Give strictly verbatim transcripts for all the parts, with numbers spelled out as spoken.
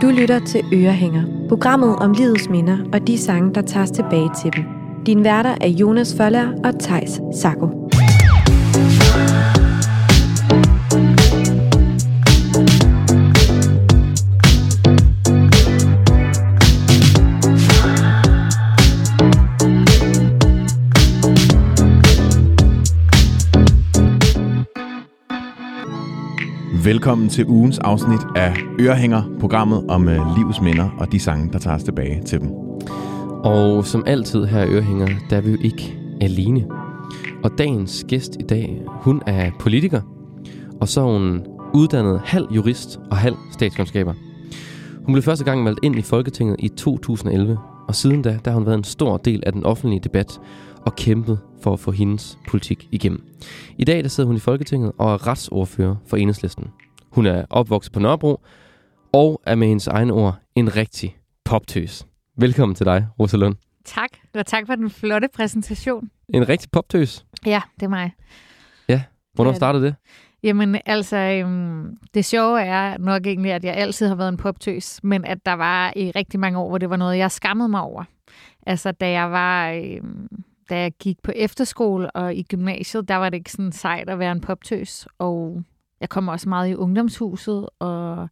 Du lytter til Ørehænger, programmet om livets minder og de sange, der tages tilbage til dem. Din værter er Jonas Føller og Theis Sacco. Velkommen til ugens afsnit af Ørehænger, programmet om uh, livets minder og de sange, der tages tilbage til dem. Og som altid her i Ørehænger, der er vi jo ikke alene. Og dagens gæst i dag, hun er politiker, og så er hun uddannet halv jurist og halv statskundskaber. Hun blev første gang valgt ind i Folketinget i to tusind og elleve, og siden da, der har hun været en stor del af den offentlige debat og kæmpet for at få hendes politik igennem. I dag der sidder hun i Folketinget og er retsordfører for Enhedslisten. Hun er opvokset på Nørrebro og er med hendes egne ord en rigtig poptøs. Velkommen til dig, Rosa Lund. Tak, og tak for den flotte præsentation. En rigtig poptøs? Ja, det er mig. Ja, hvornår startede det? Jamen altså, øhm, det sjove er nok egentlig, at jeg altid har været en poptøs, men at der var i rigtig mange år, hvor det var noget, jeg skammede mig over. Altså, da jeg var... Øhm, Da jeg gik på efterskole og i gymnasiet, der var det ikke sådan sejt at være en poptøs. Og jeg kom også meget i ungdomshuset, og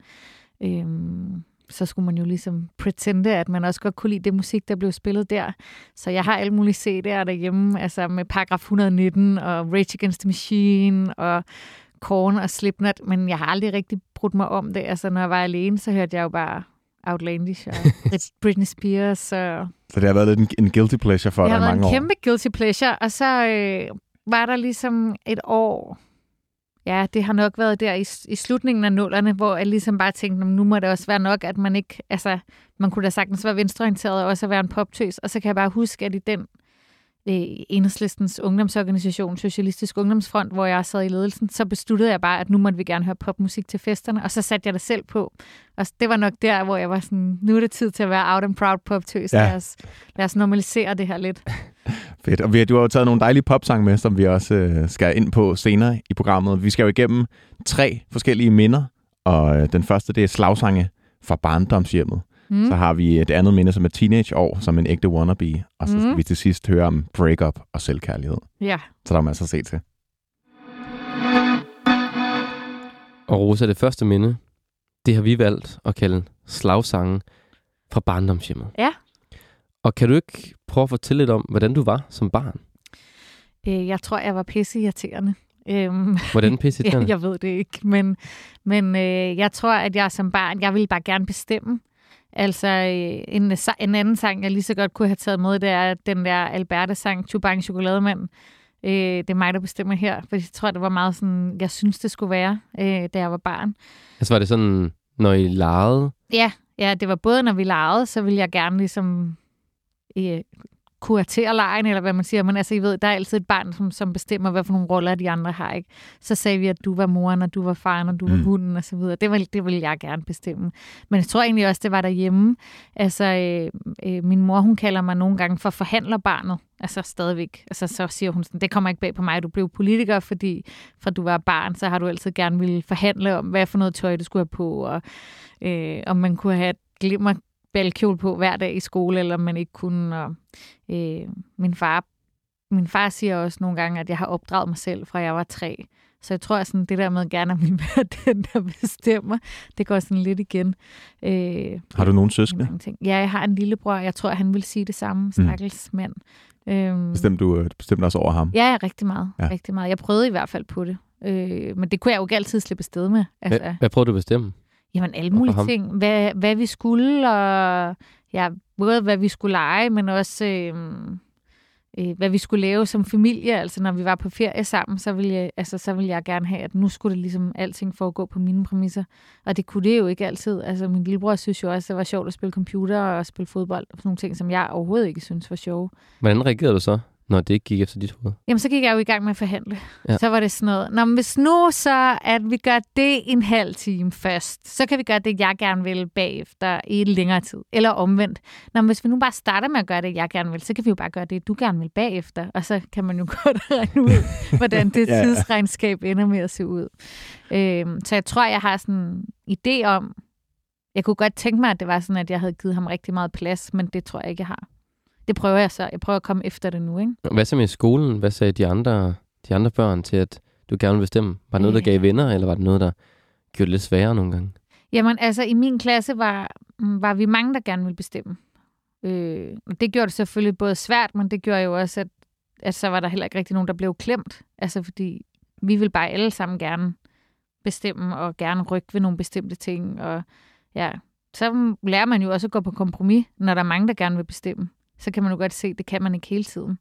øhm, så skulle man jo ligesom pretende, at man også godt kunne lide det musik, der blev spillet der. Så jeg har alle mulige C D'er derhjemme, altså med paragraf et hundrede nitten og Rage Against the Machine og Korn og Slipknot, men jeg har aldrig rigtig brudt mig om det. Altså når jeg var alene, så hørte jeg jo bare Outlandish og Britney Spears. Og så det har været lidt en, en guilty pleasure for dig i mange år? Det har været en kæmpe guilty pleasure, og så øh, var der ligesom et år, ja, det har nok været der i, i slutningen af nullerne, hvor jeg ligesom bare tænkte, nu må det også være nok, at man ikke, altså, man kunne da sagtens være venstreorienteret og også være en poptøs, og så kan jeg bare huske, at i den øh, Enhedslistens ungdomsorganisation, Socialistisk Ungdomsfront, hvor jeg sad i ledelsen, så besluttede jeg bare, at nu måtte vi gerne høre popmusik til festerne, og så satte jeg det selv på. Og det var nok der, hvor jeg var sådan, nu er det tid til at være out and proud poptøs. Ja. Lad os, lad os normalisere det her lidt. Fedt. Og vi, du har jo taget nogle dejlige popsange med, som vi også øh, skal ind på senere i programmet. Vi skal jo igennem tre forskellige minder, og øh, den første, det er slagsange fra barndomshjemmet. Mm. Så har vi det andet minde, som er teenageår, som en ægte wannabe. Og så skal mm. vi til sidst høre om breakup og selvkærlighed. Ja. Så der er masser at se til. Og Rosa, det første minde, det har vi valgt at kalde slagsange fra barndomshjemmet. Ja. Og kan du ikke prøve at fortælle lidt om, hvordan du var som barn? Øh, jeg tror, jeg var pisseirriterende. Hvordan pisseirriterende? jeg, jeg ved det ikke, men, men øh, jeg tror, at jeg som barn, jeg ville bare gerne bestemme. Altså en, en anden sang, jeg lige så godt kunne have taget med, det er den der Alberta-sang, Chubang Chokolademand. Øh, det er mig, der bestemmer her, for jeg tror, det var meget sådan, jeg synes, det skulle være, øh, da jeg var barn. Altså var det sådan, når I legede? Ja, ja, det var både, når vi legede, så ville jeg gerne ligesom øh, kuratere legen, eller hvad man siger. Men altså, I ved, der er altid et barn, som, som bestemmer, hvad for nogle roller de andre har, ikke? Så sagde vi, at du var moren, og du var faren, og du var mm. hunden, og så videre. Det, var, det ville jeg gerne bestemme. Men jeg tror egentlig også, det var derhjemme. Altså, øh, øh, min mor, hun kalder mig nogle gange for forhandlerbarnet. Altså stadigvæk. Altså, så siger hun sådan, det kommer ikke bag på mig, du blev politiker, fordi fra du var barn, så har du altid gerne ville forhandle om, hvad for noget tøj, du skulle have på, og øh, om man kunne have et glimmer balkjole på hver dag i skole, eller man ikke kunne. Og, øh, min far min far siger også nogle gange, at jeg har opdraget mig selv, fra jeg var tre. Så jeg tror, at sådan, det der med gerne at ville være den, der bestemmer, det går sådan lidt igen. Øh, har du nogen søskende? Ja, jeg har en lillebror. Jeg tror, han vil sige det samme. Stakkels mm. mand. Øh, Bestemte du bestemte også over ham? Ja, rigtig meget, ja. rigtig meget. Jeg prøvede i hvert fald på det. Øh, men det kunne jeg jo ikke altid slippe afsted med. Altså, hvad, hvad prøvede du at bestemme? Jamen alle mulige ting. Hvad, hvad vi skulle, og ja, både hvad vi skulle lege, men også øh, øh, hvad vi skulle lave som familie. Altså når vi var på ferie sammen, så ville jeg, altså, så ville jeg gerne have, at nu skulle det ligesom alting foregå på mine præmisser. Og det kunne det jo ikke altid. Altså min lillebror synes jo også, at det var sjovt at spille computer og spille fodbold. Og sådan nogle ting, som jeg overhovedet ikke synes var sjove. Hvordan reagerede du så, når det ikke gik efter dit hoved? Jamen, så gik jeg jo i gang med at forhandle. Ja. Så var det sådan noget, nå, men hvis nu så, at vi gør det en halv time først, så kan vi gøre det, jeg gerne vil bagefter i en længere tid. Eller omvendt. Nå, men hvis vi nu bare starter med at gøre det, jeg gerne vil, så kan vi jo bare gøre det, du gerne vil bagefter. Og så kan man jo godt regne ud, hvordan det ja. tidsregnskab ender med at se ud. Øhm, så jeg tror, jeg har sådan en idé om, Jeg kunne godt tænke mig, at det var sådan, at jeg havde givet ham rigtig meget plads, men det tror jeg ikke, jeg har. Det prøver jeg så. Jeg prøver at komme efter det nu, ikke? Hvad så med skolen? Hvad sagde de andre, de andre børn til, at du gerne vil bestemme? Var det noget, der gav venner, eller var det noget, der gjorde det lidt sværere nogle gange? Jamen, altså, i min klasse var, var vi mange, der gerne ville bestemme. Øh, det gjorde det selvfølgelig både svært, men det gjorde jo også, at, at så var der heller ikke rigtig nogen, der blev klemt. Altså, fordi vi ville bare alle sammen gerne bestemme, og gerne rykke ved nogle bestemte ting. Og ja, så lærer man jo også at gå på kompromis, når der er mange, der gerne vil bestemme. Så kan man jo godt se, at det kan man ikke hele tiden.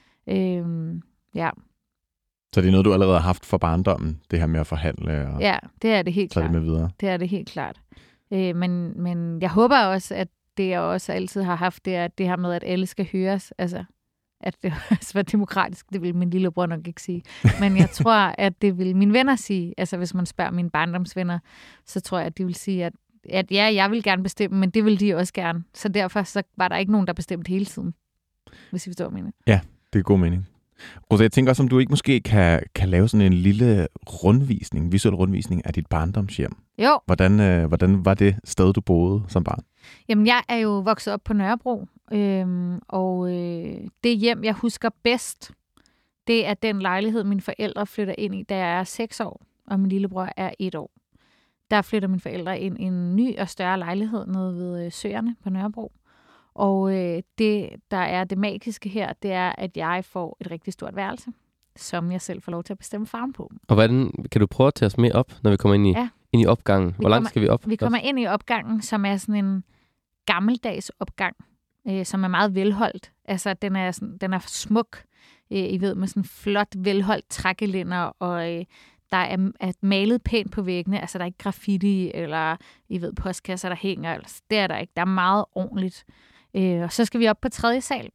Øh, ja. Så det er noget, du allerede har haft for barndommen, det her med at forhandle og ja, det er det helt klart. det med videre. Det er det helt klart. Øh, men, men jeg håber også, at det jeg også altid har haft, det er det her med, at alle skal høres. Altså, at det også var demokratisk, det vil min lillebror nok ikke sige. Men jeg tror, at det vil mine venner sige. Altså, hvis man spørger mine barndomsvenner, så tror jeg, at de vil sige, at, at ja, jeg vil gerne bestemme, men det vil de også gerne. Så derfor så var der ikke nogen, der bestemte hele tiden. Hvis I forstår, hvad jeg mener. Ja, det er god mening. Rosa, jeg tænker også, om du ikke måske kan, kan lave sådan en lille rundvisning, visuel rundvisning af dit barndomshjem. Jo. Hvordan, øh, hvordan var det sted, du boede som barn? Jamen, jeg er jo vokset op på Nørrebro, øhm, og øh, det hjem, jeg husker bedst, det er den lejlighed, mine forældre flytter ind i, da jeg er seks år, og min lillebror er et år. Der flytter mine forældre ind i en ny og større lejlighed nede ved øh, Søerne på Nørrebro. Og øh, det, der er det magiske her, det er, at jeg får et rigtig stort værelse, som jeg selv får lov til at bestemme farven på. Og hvordan, kan du prøve at tage os med op, når vi kommer ind i, ja. ind i opgangen? Hvor vi langt kommer, skal vi op? Vi kommer ind i opgangen, som er sådan en gammeldags opgang, øh, som er meget velholdt. Altså, den er, sådan, den er smuk, øh, I ved, med sådan flot, velholdt trækgelænder, og øh, der er, er malet pænt på væggene. Altså, der er ikke graffiti, eller I ved, postkasser, der hænger. Altså, det er der ikke. Der er meget ordentligt. Øh, og så skal vi op på tredje sal,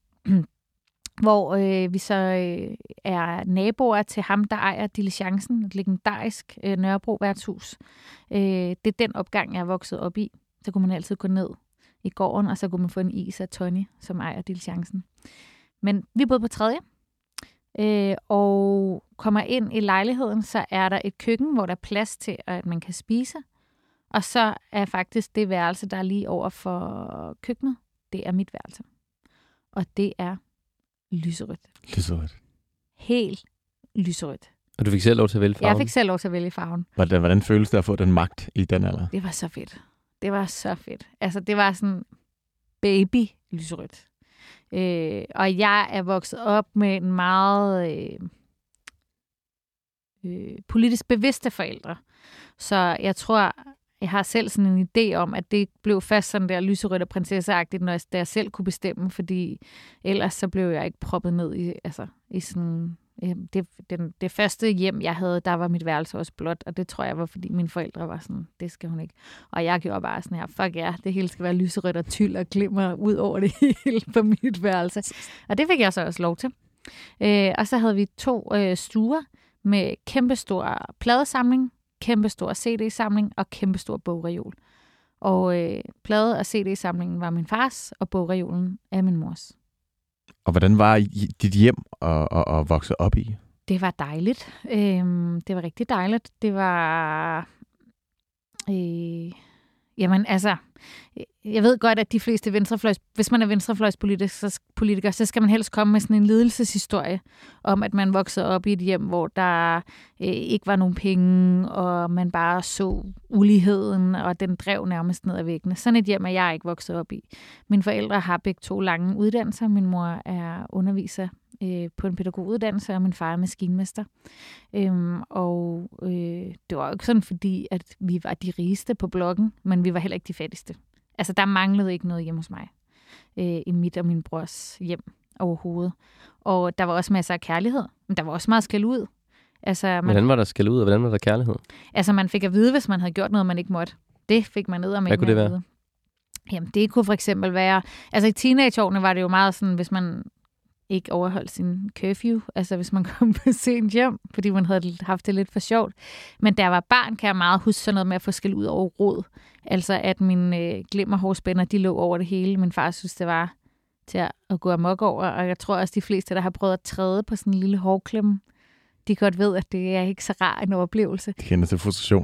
hvor øh, vi så øh, er naboer til ham, der ejer Diligencen, et legendarisk øh, Nørrebro værtshus. Øh, det er den opgang, jeg er vokset op i. Så kunne man altid gå ned i gården, og så kunne man få en is af Tony, som ejer Diligencen. Men vi boede på tredje, øh, og kommer ind i lejligheden, så er der et køkken, hvor der er plads til, at man kan spise. Og så er faktisk det værelse, der er lige over for køkkenet, det er mit værelse. Og det er lyserødt. Lyserødt. Helt lyserødt. Og du fik selv lov til at vælge farven? Jeg fik selv lov til at vælge farven. Hvordan, hvordan føles det at få den magt i den alder? Det var så fedt. Det var så fedt. Altså, det var sådan baby lyserødt. Øh, og jeg er vokset op med en meget øh, øh, politisk bevidste forældre. Så jeg tror, jeg har selv sådan en idé om, at det blev fast sådan der lyserødt og prinsesseagtigt, når jeg, da jeg selv kunne bestemme, fordi ellers så blev jeg ikke proppet ned i, altså, i sådan... Det, den, det første hjem, jeg havde, der var mit værelse også blåt, og det tror jeg var, fordi mine forældre var sådan, det skal hun ikke. Og jeg gjorde bare sådan her, fuck ja, det hele skal være lyserødt og tyld og glimmer ud over det hele på mit værelse. Og det fik jeg så også lov til. Øh, og så havde vi to øh, stuer med kæmpestor pladesamling, kæmpestor C D-samling og kæmpestor bogreol. Og øh, plade- og C D-samlingen var min fars, og bogreolen er min mors. Og hvordan var dit hjem at, at, at vokse op i? Det var dejligt. Øhm, det var rigtig dejligt. Det var... Øh, jamen, altså... Jeg ved godt, at de fleste venstrefløjs... Hvis man er venstrefløjspolitiker, så, politiker, så skal man helst komme med sådan en ledelseshistorie om, at man voksede op i et hjem, hvor der øh, ikke var nogen penge, og man bare så uligheden, og den drev nærmest ned ad væggene. Sådan et hjem er jeg ikke vokset op i. Mine forældre har begge to lange uddannelser. Min mor er underviser øh, på en pædagoguddannelse, og min far er maskinmester. Øhm, og øh, det var jo ikke sådan, fordi at vi var de rigeste på blokken, men vi var heller ikke de fattigste. Altså, der manglede ikke noget hjemme hos mig. Øh, I mit og min brors hjem overhovedet. Og der var også masser af kærlighed, men der var også meget skæld ud. Altså, man, hvordan var der skæld ud, og hvordan var der kærlighed? Altså, man fik at vide, hvis man havde gjort noget, man ikke måtte. Det fik man ned om. Hvad kunne det være? Jamen, det kunne for eksempel være... Altså, i teenageårene var det jo meget sådan, hvis man ikke overholdt sin curfew, altså hvis man kom på sent hjem, fordi man havde haft det lidt for sjovt. Men da jeg var barn, kan jeg meget huske sådan noget med at få skæld ud over rod. Altså at mine øh, glimmerhårspænder, de lå over det hele. Min far synes, det var til at, at gå amok over, og jeg tror også, de fleste, der har prøvet at træde på sådan en lille hårklemme, de godt ved, at det er ikke så rar en oplevelse. De kender til frustrationen.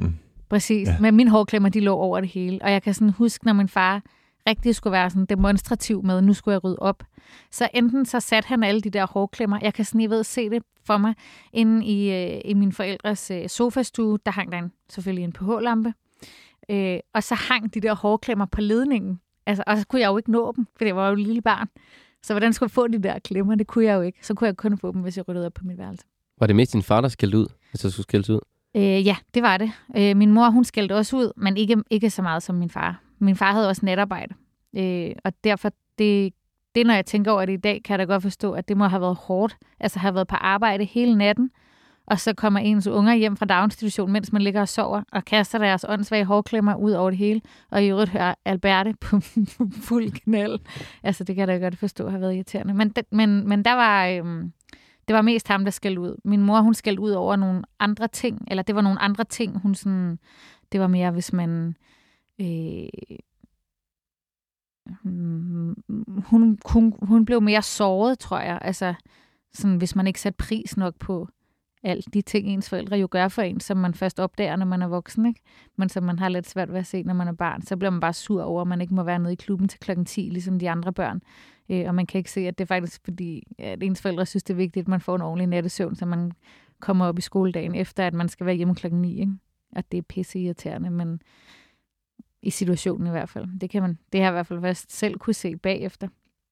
præcis. Ja. Men mine hårklemmer, de lå over det hele. Og jeg kan sådan huske, når min far rigtig skulle være sådan demonstrativ med, nu skulle jeg rydde op. Så enten så satte han alle de der hårklemmer. Jeg kan sådan, I ved, se det for mig. Inde i, øh, i min forældres øh, sofastue, der hang der en, selvfølgelig en pH-lampe. Øh, og så hang de der hårklemmer på ledningen. Altså, og så kunne jeg jo ikke nå dem, for det var jo et lille barn. Så hvordan skulle jeg få de der klemmer? Det kunne jeg jo ikke. Så kunne jeg kun få dem, hvis jeg ryddede op på mit værelse. Var det mest din far, der skældte ud, hvis der skulle skældes ud? Øh, ja, det var det. Øh, min mor, hun skældte også ud, men ikke, ikke så meget som min far. Min far havde også natarbejde. Øh, og derfor, det, det, når jeg tænker over det i dag, kan jeg da godt forstå, at det må have været hårdt. Altså have været på arbejde hele natten, og så kommer ens unger hjem fra daginstitutionen, mens man ligger og sover, og kaster deres åndssvage hårklemmer ud over det hele, og i øvrigt hører Alberte på fuld knald. Altså, det kan jeg da godt forstå har været irriterende. Men, men, men der var... Øhm, det var mest ham, der skældte ud. Min mor, hun skældte ud over nogle andre ting, eller det var nogle andre ting, hun sådan... Det var mere, hvis man... Øh, hun, hun, hun blev mere såret, tror jeg. Altså, sådan, hvis man ikke satte pris nok på alt de ting, ens forældre jo gør for en, som man først opdager, når man er voksen, ikke? Men som man har lidt svært ved at se, når man er barn. Så bliver man bare sur over, at man ikke må være nede i klubben til klokken ti, ligesom de andre børn. Øh, og man kan ikke se, at det er faktisk fordi, at ens forældre synes, det er vigtigt, at man får en ordentlig nattesøvn, så man kommer op i skoledagen efter, at man skal være hjemme klokken ni, ikke? Og det er pisse irriterende, men i situationen i hvert fald. Det kan man, det har jeg i hvert fald først selv kunne se bagefter.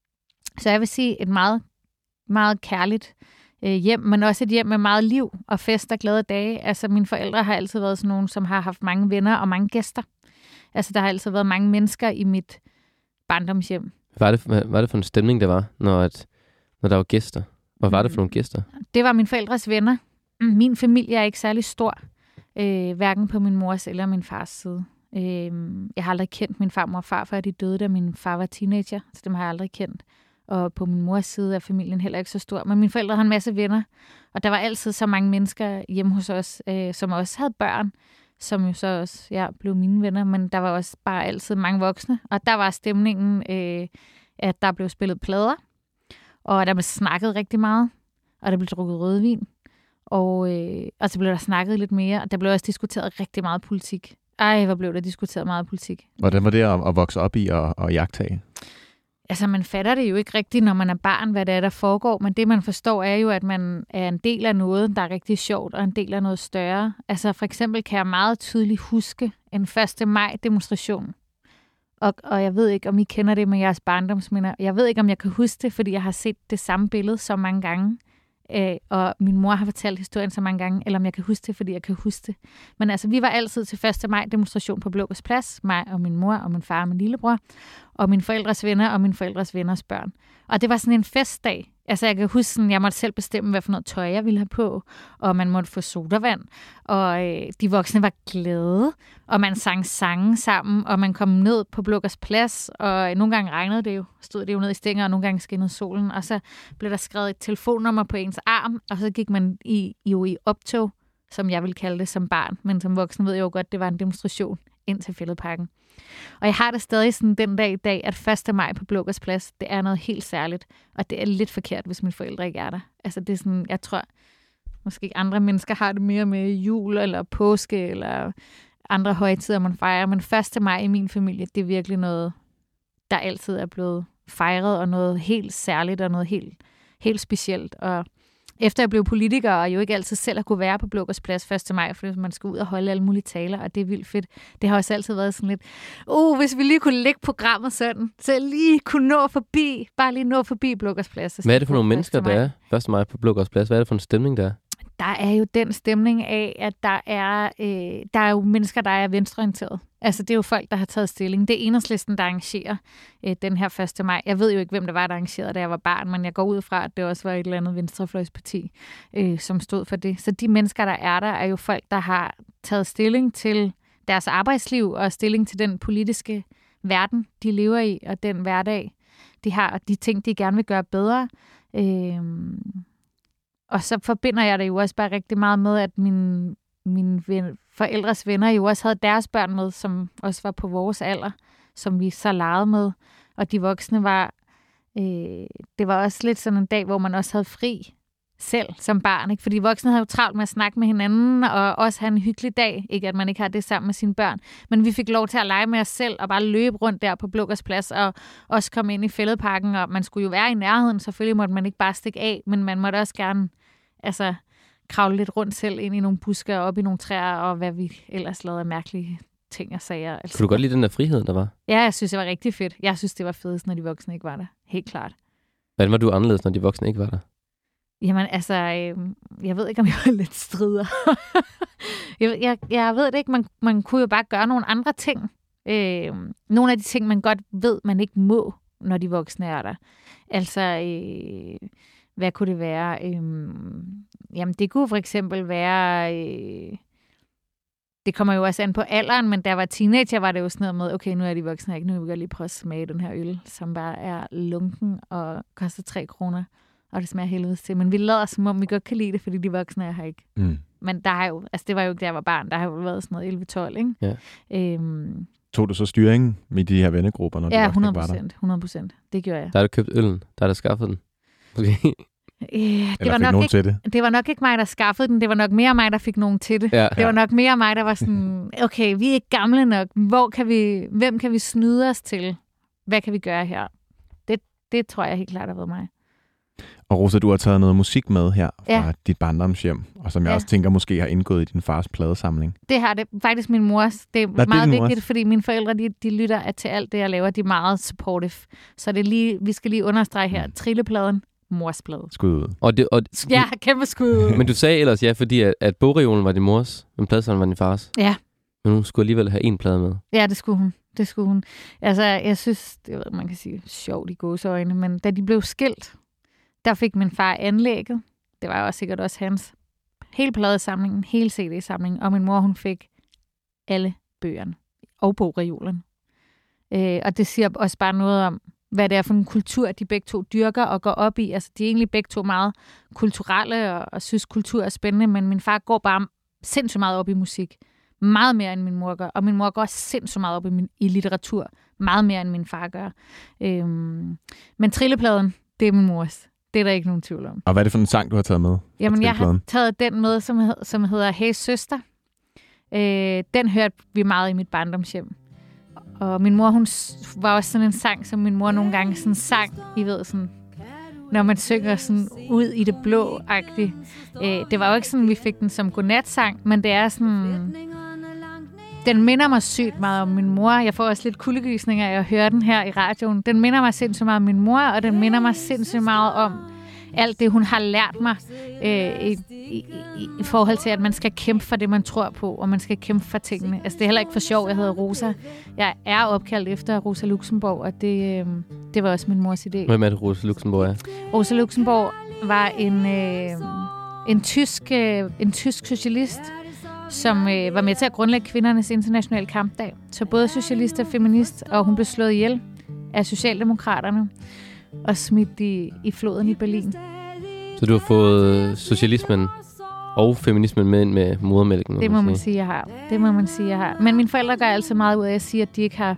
Så jeg vil sige et meget, meget kærligt øh, hjem, men også et hjem med meget liv og fest og glade dage. Altså mine forældre har altid været sådan nogle, som har haft mange venner og mange gæster. Altså der har altid været mange mennesker i mit barndomshjem. Hvad var det, hvad var det for en stemning, der var, når, at, når der var gæster? Hvad var det for nogle gæster? Det var mine forældres venner. Min familie er ikke særlig stor, øh, hverken på min mors eller min fars side. Øh, jeg har aldrig kendt min farmor og farfar, de døde, da min far var teenager, så dem har jeg aldrig kendt. Og på min mors side er familien heller ikke så stor. Men mine forældre har en masse venner, og der var altid så mange mennesker hjemme hos os, øh, som også havde børn, som jo så også ja, blev mine venner, men der var også bare altid mange voksne. Og der var stemningen, øh, at der blev spillet plader, og der blev snakket rigtig meget, og der blev drukket rødvin, og, øh, og så blev der snakket lidt mere, og der blev også diskuteret rigtig meget politik. Ej, hvor blev der diskuteret meget politik. Hvordan var det at, at vokse op i og, og jagttage? Altså, man fatter det jo ikke rigtigt, når man er barn, hvad det er, der foregår, men det, man forstår, er jo, at man er en del af noget, der er rigtig sjovt, og en del af noget større. Altså, for eksempel kan jeg meget tydeligt huske en første maj-demonstration. Og, og jeg ved ikke, om I kender det med jeres barndomsminder. Jeg ved ikke, om jeg kan huske det, fordi jeg har set det samme billede så mange gange. Øh, og min mor har fortalt historien så mange gange, eller om jeg kan huske det, fordi jeg kan huske det. Men altså, vi var altid til første maj-demonstration på Blågårds Plads, mig og min mor og min far og min lillebror, og mine forældres venner og mine forældres venners børn. Og det var sådan en festdag. Altså, jeg kan huske, sådan, jeg måtte selv bestemme, hvad for noget tøj jeg ville have på, og man måtte få sodavand, og øh, de voksne var glade, og man sang sange sammen, og man kom ned på Blågårds Plads, og nogle gange regnede det jo, stod det jo ned i stænger, og nogle gange skinnede solen, og så blev der skrevet et telefonnummer på ens arm, og så gik man i, jo i optog, som jeg ville kalde det som barn, men som voksen ved jeg jo godt, det var en demonstration ind til Fælledparken. Og jeg har det stadig sådan den dag i dag, at første maj på Blågårds Plads, det er noget helt særligt. Og det er lidt forkert, hvis mine forældre ikke er der. Altså det er sådan, jeg tror, måske andre mennesker har det mere med jul eller påske eller andre højtider, man fejrer. Men første maj i min familie, det er virkelig noget, der altid er blevet fejret, og noget helt særligt og noget helt, helt specielt. Og efter jeg blev politiker, og jo ikke altid selv at kunne være på Blågårds Plads første maj, fordi man skal ud og holde alle mulige taler, og det er vildt fedt. Det har også altid været sådan lidt, uh, hvis vi lige kunne lægge programmet sådan, så jeg lige kunne nå forbi, bare lige nå forbi Blågårds Plads. Hvad er det for nogle mennesker, der er første maj på Blågårds Plads? Hvad er det for en stemning, der er? Der er jo den stemning af, at der er, øh, der er jo mennesker, der er venstreorienteret. Altså, det er jo folk, der har taget stilling. Det er Enhedslisten, der arrangerer øh, den her første maj. Jeg ved jo ikke, hvem der var, der arrangerede, da jeg var barn, men jeg går ud fra, at det også var et eller andet venstrefløjsparti, øh, som stod for det. Så de mennesker, der er der, er jo folk, der har taget stilling til deres arbejdsliv og stilling til den politiske verden, de lever i, og den hverdag, de har, og de ting, de gerne vil gøre bedre. Øh, og så forbinder jeg det jo også bare rigtig meget med, at mine, mine ven, forældres venner jo også havde deres børn med, som også var på vores alder, som vi så legede med. Og de voksne var, øh, det var også lidt sådan en dag, hvor man også havde fri. selv som barn, ikke? Fordi voksne havde jo travlt med at snakke med hinanden, og også have en hyggelig dag. Ikke at man ikke har det sammen med sine børn. Men vi fik lov til at lege med os selv, og bare løbe rundt der på Blågårds Plads, og også komme ind i fældeparken, og man skulle jo være i nærheden. Selvfølgelig måtte man ikke bare stikke af, men man måtte også gerne altså, kravle lidt rundt selv ind i nogle busker, og op i nogle træer, og hvad vi ellers lavede af mærkelige ting og sager. Altså. Kunne du godt lide den der frihed, der var? Ja, jeg synes, det var rigtig fedt. Jeg synes, det var fedest, når de voksne ikke var der. Helt klart. Hvordan var du anderledes, når de voksne ikke var der? Jamen, altså, øh, jeg ved ikke, om jeg var lidt strider. jeg, jeg, jeg ved det ikke. Man, man kunne jo bare gøre nogle andre ting. Øh, nogle af de ting, man godt ved, man ikke må, når de voksne er der. Altså, øh, hvad kunne det være? Øh, jamen, det kunne for eksempel være... Øh, det kommer jo også an på alderen, men da jeg var teenager, var det jo sådan noget med, okay, nu er de voksne ikke, nu vil jeg lige prøve at smage den her øl, som bare er lunken og koster tre kroner. Og det smager helvedes til. Men vi lader som om, vi godt kan lide det, fordi de voksne er her ikke. Mm. Men der har jo, altså det var jo ikke, da jeg var barn. Der har jo været sådan noget elleve tolv, ikke? Ja. Øhm, Tog du så styringen med de her vennegrupper, når ja, de voksne ikke var der? Ja, hundrede procent. Det gjorde jeg. Der har du købt øllen. Der har du skaffet den. Okay. Øh, det, var nok ikke, det? det var nok ikke mig, der skaffede den. Det var nok mere mig, der fik nogen til det. Ja. Det var nok mere mig, der var sådan, okay, vi er ikke gamle nok. Hvor kan vi, hvem kan vi snyde os til? Hvad kan vi gøre her? Det, det tror jeg helt klart har været mig. Og Rosa, du har taget noget musik med her fra ja. dit barndomshjem, og som jeg ja. også tænker måske har indgået i din fars pladesamling. Det har det faktisk min mors. Det er Nå, meget det er vigtigt, fordi mine forældre de, de lytter til alt det, jeg laver. De er meget supportive. Så det er lige, vi skal lige understrege her. Mm. Trillepladen, mors plade. Skud ud. Og det, og, ja, kæmpe skud ud. Men du sagde ellers ja, fordi at, at bogreolen var din mors, men pladesamlingen var din fars. Ja. Men hun skulle alligevel have en plade med. Ja, det skulle hun. Det skulle hun. Altså, jeg synes, det ved, man kan sige sjovt i gåseøjne, men da de blev skilt, der fik min far anlægget. Det var jo også sikkert også hans. Hele pladesamlingen, hele C D-samlingen. Og min mor, hun fik alle bøgerne. Og bogreolen. Øh, og det siger også bare noget om, hvad det er for en kultur, de begge to dyrker og går op i. Altså, de er egentlig begge to meget kulturelle og, og synes, kultur er spændende. Men min far går bare sindssygt meget op i musik. Meget mere, end min mor gør. Og min mor går også sindssygt meget op i, min, i litteratur. Meget mere, end min far gør. Øh, men trillepladen, det er min mors. Det er der ikke nogen tvivl om. Og hvad er det for en sang, du har taget med? Jamen, jeg har taget den med, som, hed, som hedder Hey Søster. Øh, den hørte vi meget i mit barndomshjem. Og min mor, hun var også sådan en sang, som min mor nogle gange sådan sang, I ved, sådan, når man synger sådan ud i det blå-agtigt. Øh, det var jo ikke sådan, vi fik den som godnatsang, men det er sådan... Den minder mig sygt meget om min mor. Jeg får også lidt kuldegysninger af at høre den her i radioen. Den minder mig sindssygt meget om min mor, og den minder mig sindssygt meget om alt det, hun har lært mig øh, i, i, i, i forhold til, at man skal kæmpe for det, man tror på, og man skal kæmpe for tingene. Altså, det er heller ikke for sjov, jeg hedder Rosa. Jeg er opkaldt efter Rosa Luxemburg, og det, øh, det var også min mors idé. Hvem er det, Rosa Luxemburg er? Rosa Luxemburg var en, øh, en, tysk, øh, en tysk socialist, som øh, var med til at grundlægge kvindernes internationale kampdag. Så både socialist og feminist, og hun blev slået ihjel af socialdemokraterne og smidt i, i floden i Berlin. Så du har fået socialismen og feminismen med ind med modermælken? Det må man sige, jeg har. Det må man sige, jeg har. Men mine forældre gør altid meget ud af at sige, at de ikke har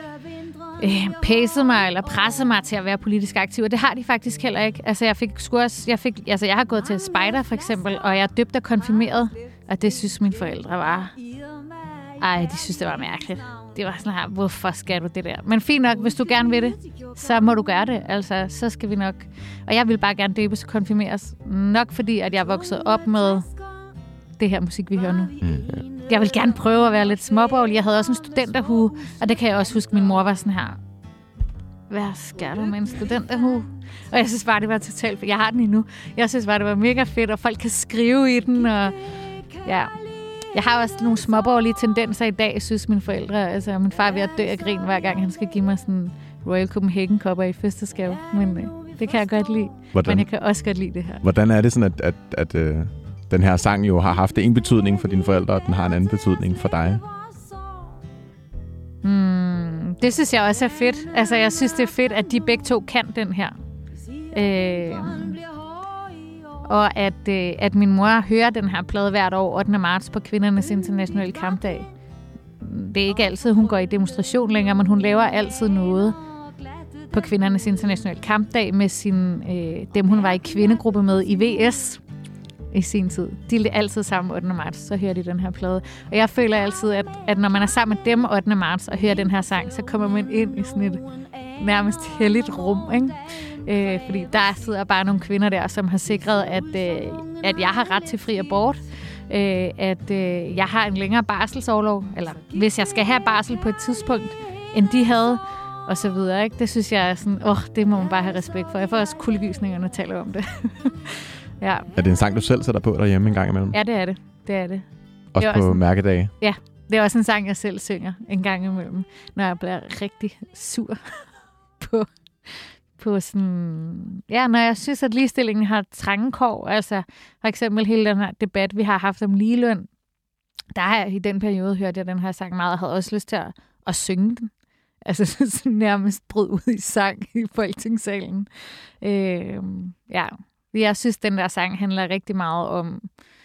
øh, pæset mig eller presset mig til at være politisk aktiv. Og det har de faktisk heller ikke. Altså, jeg fik sgu også, jeg, fik, altså, jeg har gået til spejder for eksempel, og jeg er døbt og konfirmeret. Og det synes mine forældre var... Ej, de synes, det var mærkeligt. Det var sådan her, hvorfor skal du det der? Men fint nok, hvis du gerne vil det, så må du gøre det. Altså, så skal vi nok... Og jeg vil bare gerne døbes og konfirmeres. Nok fordi, at jeg er vokset op med det her musik, vi hører nu. Mm. Jeg vil gerne prøve at være lidt småborgerlig. Jeg havde også en studenterhue, og det kan jeg også huske, min mor var sådan her. Hvad skal du med en studenterhue? Og jeg synes bare, det var totalt... Jeg har den endnu. Jeg synes bare, det var mega fedt, og folk kan skrive i den, og... Ja, jeg har også nogle småborgerlige tendenser i dag, synes mine forældre. Altså, min far er ved at dø af grin, hver gang han skal give mig sådan Royal Copenhagen-kopper i fødselsdagsgave. Men øh, det kan jeg godt lide. Hvordan, men jeg kan også godt lide det her. Hvordan er det sådan, at, at, at øh, den her sang jo har haft en betydning for dine forældre, og den har en anden betydning for dig? Mm, det synes jeg også er fedt. Altså, jeg synes, det er fedt, at de begge to kan den her. Øh... Og at, øh, at min mor hører den her plade hvert år, ottende marts på kvindernes internationale kampdag. Det er ikke altid, hun går i demonstration længere, men hun laver altid noget på Kvindernes Internationale Kampdag med sin, øh, dem, hun var i kvindegruppe med i V S i sin tid. De er altid sammen ottende marts, så hører de den her plade. Og jeg føler altid, at, at når man er sammen med dem ottende marts og hører den her sang, så kommer man ind i sådan et nærmest helligt rum, ikke? Øh, fordi der sidder bare nogle kvinder der, som har sikret, at, øh, at jeg har ret til fri abort, øh, at øh, jeg har en længere barselsorlov, eller hvis jeg skal have barsel på et tidspunkt, end de havde, og så videre, ikke? Det synes jeg er sådan, åh, det må man bare have respekt for. Jeg får også kuldegysninger, når jeg taler om det. Ja. Er det en sang, du selv sætter på derhjemme en gang imellem? Ja, det er det. Det er det. Også det er på også mærkedage? Ja, det er også en sang, jeg selv synger en gang imellem, når jeg bliver rigtig sur på, på sådan... Ja, når jeg synes, at ligestillingen har trange kår. Altså, for eksempel hele den her debat, vi har haft om ligeløn. Der har jeg i den periode hørt jeg den her sang meget, og havde også lyst til at, at synge den. Altså sådan nærmest brød ud i sang i Folketingssalen. Øh, ja, jeg synes, den der sang handler rigtig meget om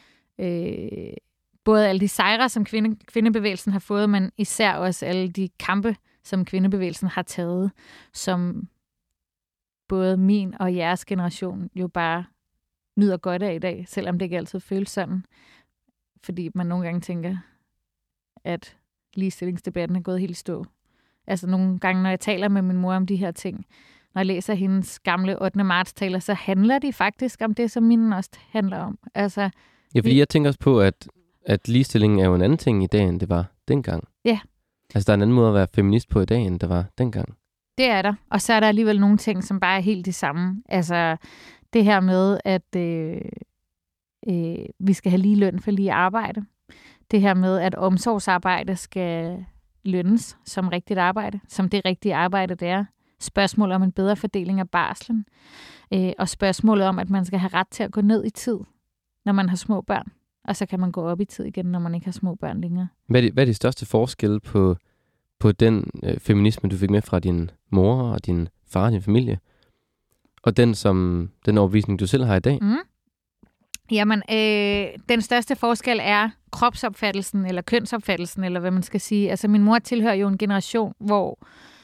øh, både alle de sejre, som kvinde, kvindebevægelsen har fået, men især også alle de kampe, som kvindebevægelsen har taget, som både min og jeres generation jo bare nyder godt af i dag, selvom det ikke altid føles sådan. Fordi man nogle gange tænker, at ligestillingsdebatten er gået helt i stå. Altså nogle gange, når jeg taler med min mor om de her ting, når jeg læser hendes gamle ottende marts-taler, så handler de faktisk om det, som mine også handler om. Altså, ja, fordi vi... jeg tænker også på, at, at ligestillingen er jo en anden ting i dag, end det var dengang. Ja. Altså, der er en anden måde at være feminist på i dag, end det var dengang. Det er der. Og så er der alligevel nogle ting, som bare er helt det samme. Altså, det her med, at øh, øh, vi skal have lige løn for lige arbejde. Det her med, at omsorgsarbejde skal lønnes som rigtigt arbejde, som det rigtige arbejde, det er. Spørgsmål om en bedre fordeling af barslen. Øh, og spørgsmålet om, at man skal have ret til at gå ned i tid, når man har små børn. Og så kan man gå op i tid igen, når man ikke har små børn længere. Hvad er de, hvad er de største forskelle på, på den øh, feminisme, du fik med fra din mor og din far og din familie, og den, som, den overbevisning, du selv har i dag? Mm. Jamen, øh, den største forskel er kropsopfattelsen, eller kønsopfattelsen, eller hvad man skal sige. Altså, min mor tilhører jo en generation, hvor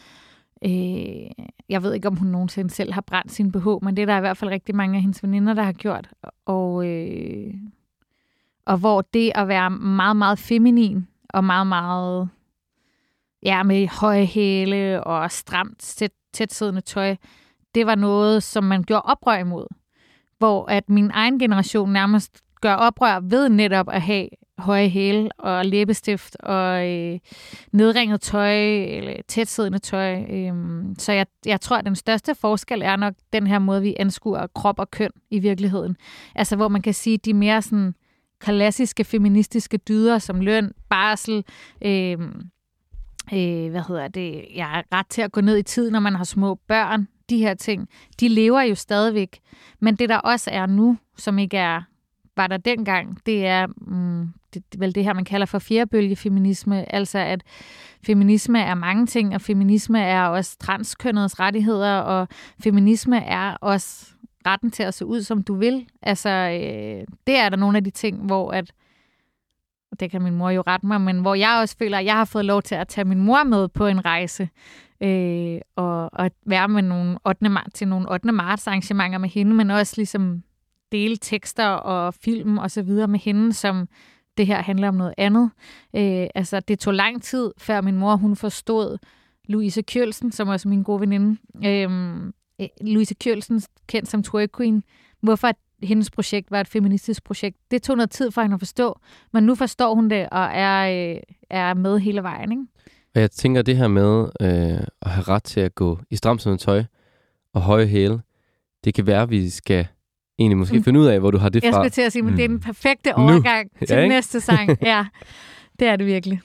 øh, jeg ved ikke, om hun nogensinde selv har brændt sin B H, men det er der i hvert fald rigtig mange af hendes veninder, der har gjort. Og, øh, og hvor det at være meget, meget feminin, og meget, meget ja, med høje hæle og stramt, tæt, tætsiddende tøj, det var noget, som man gjorde oprør imod. Hvor at min egen generation nærmest gør oprør ved netop at have høje hæle og læbestift og øh, nedringet tøj eller tætsiddende tøj. Øhm, så jeg, jeg tror, at den største forskel er nok den her måde, vi anskuer krop og køn i virkeligheden. Altså hvor man kan sige, at de mere sådan klassiske feministiske dyder som løn, barsel, øh, øh, hvad hedder det, jeg har ret til at gå ned i tid, når man har små børn. De her ting, de lever jo stadigvæk. Men det, der også er nu, som ikke er, var der dengang, det er mm, det, vel det her, man kalder for fjerbølgefeminisme. Altså, at feminisme er mange ting, og feminisme er også transkønnedes rettigheder, og feminisme er også retten til at se ud, som du vil. Altså, øh, det er der nogle af de ting, hvor at, det kan min mor jo rette mig, men hvor jeg også føler, at jeg har fået lov til at tage min mor med på en rejse, Øh, og, og være med nogle ottende marts, til nogle ottende marts arrangementer med hende, men også ligesom dele tekster og film og så videre med hende, som det her handler om noget andet. Øh, altså, det tog lang tid, før min mor, hun forstod Louise Kjølsen, som også er min gode veninde. Øh, Louise Kjølsen, kendt som Twerk Queen, hvorfor hendes projekt var et feministisk projekt. Det tog noget tid for hende at forstå, men nu forstår hun det og er, øh, er med hele vejen, ikke? Og jeg tænker, det her med øh, at have ret til at gå i stramsiddende tøj og høje hæle, det kan være, at vi skal egentlig måske mm. finde ud af, hvor du har det fra. Jeg skulle til at sige, men mm. det er den perfekte overgang nu. til ja, næste sang. Ja, det er det virkelig.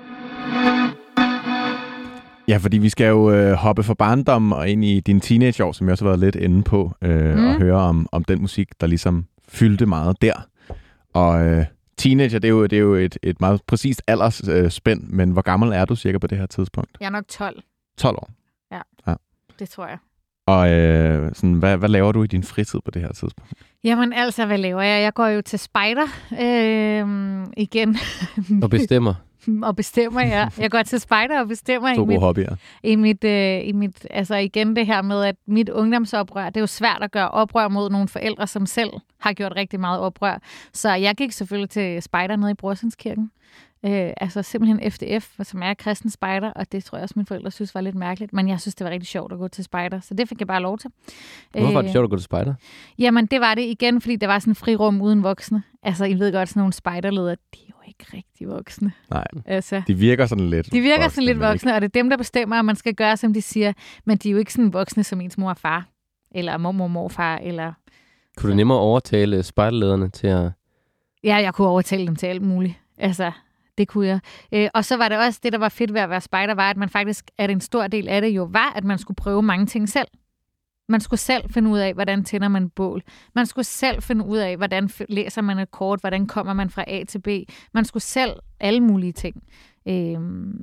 Ja, fordi vi skal jo øh, hoppe fra barndommen og ind i din teenageår, som jeg også har været lidt inde på, øh, mm. og høre om, om den musik, der ligesom fyldte meget der. Og øh, teenager, det er jo, det er jo et, et meget præcist aldersspænd, øh, men hvor gammel er du cirka på det her tidspunkt? Jeg er nok tolv. tolv år? Ja, ja. Det tror jeg. Og øh, sådan, hvad, hvad laver du i din fritid på det her tidspunkt? Jamen altså, hvad laver jeg? Jeg går jo til spejder øh, igen. Og bestemmer. og bestemmer, ja. Jeg går til spejder og bestemmer To i mit, hobbyer. i mit, øh, i mit, altså igen det her med, at mit ungdomsoprør, det er jo svært at gøre oprør mod nogle forældre, som selv har gjort rigtig meget oprør. Så jeg gik selvfølgelig til spejder nede i Brorsenskirken. Øh, altså simpelthen F D F, som er kristen spejder, og det tror jeg også, mine forældre synes var lidt mærkeligt. Men jeg synes, det var rigtig sjovt at gå til spejder, så det fik jeg bare lov til. Hvorfor var det sjovt at gå til spejder? Jamen, det var det igen, fordi der var sådan en frirum uden voksne. Altså, I ved godt, sådan nogle spejderledere, de er jo ikke rigtig voksne. Nej, altså, de virker sådan lidt De virker voksne, sådan lidt voksne, ikke? og det er dem, der bestemmer, at man skal gøre, som de siger. Men de er jo ikke sådan voksne som ens mor og far, eller mormor og morfar, eller... Kunne du nemmere overtale spejderlederne til at... Ja, jeg kunne overtale dem til alt muligt. Altså... Det kunne jeg. Øh, og så var det også det, der var fedt ved at være spejder, var, at man faktisk, at en stor del af det jo var, at man skulle prøve mange ting selv. Man skulle selv finde ud af, hvordan tænder man et bål. Man skulle selv finde ud af, hvordan læser man et kort, hvordan kommer man fra A til B. Man skulle selv alle mulige ting. Øh,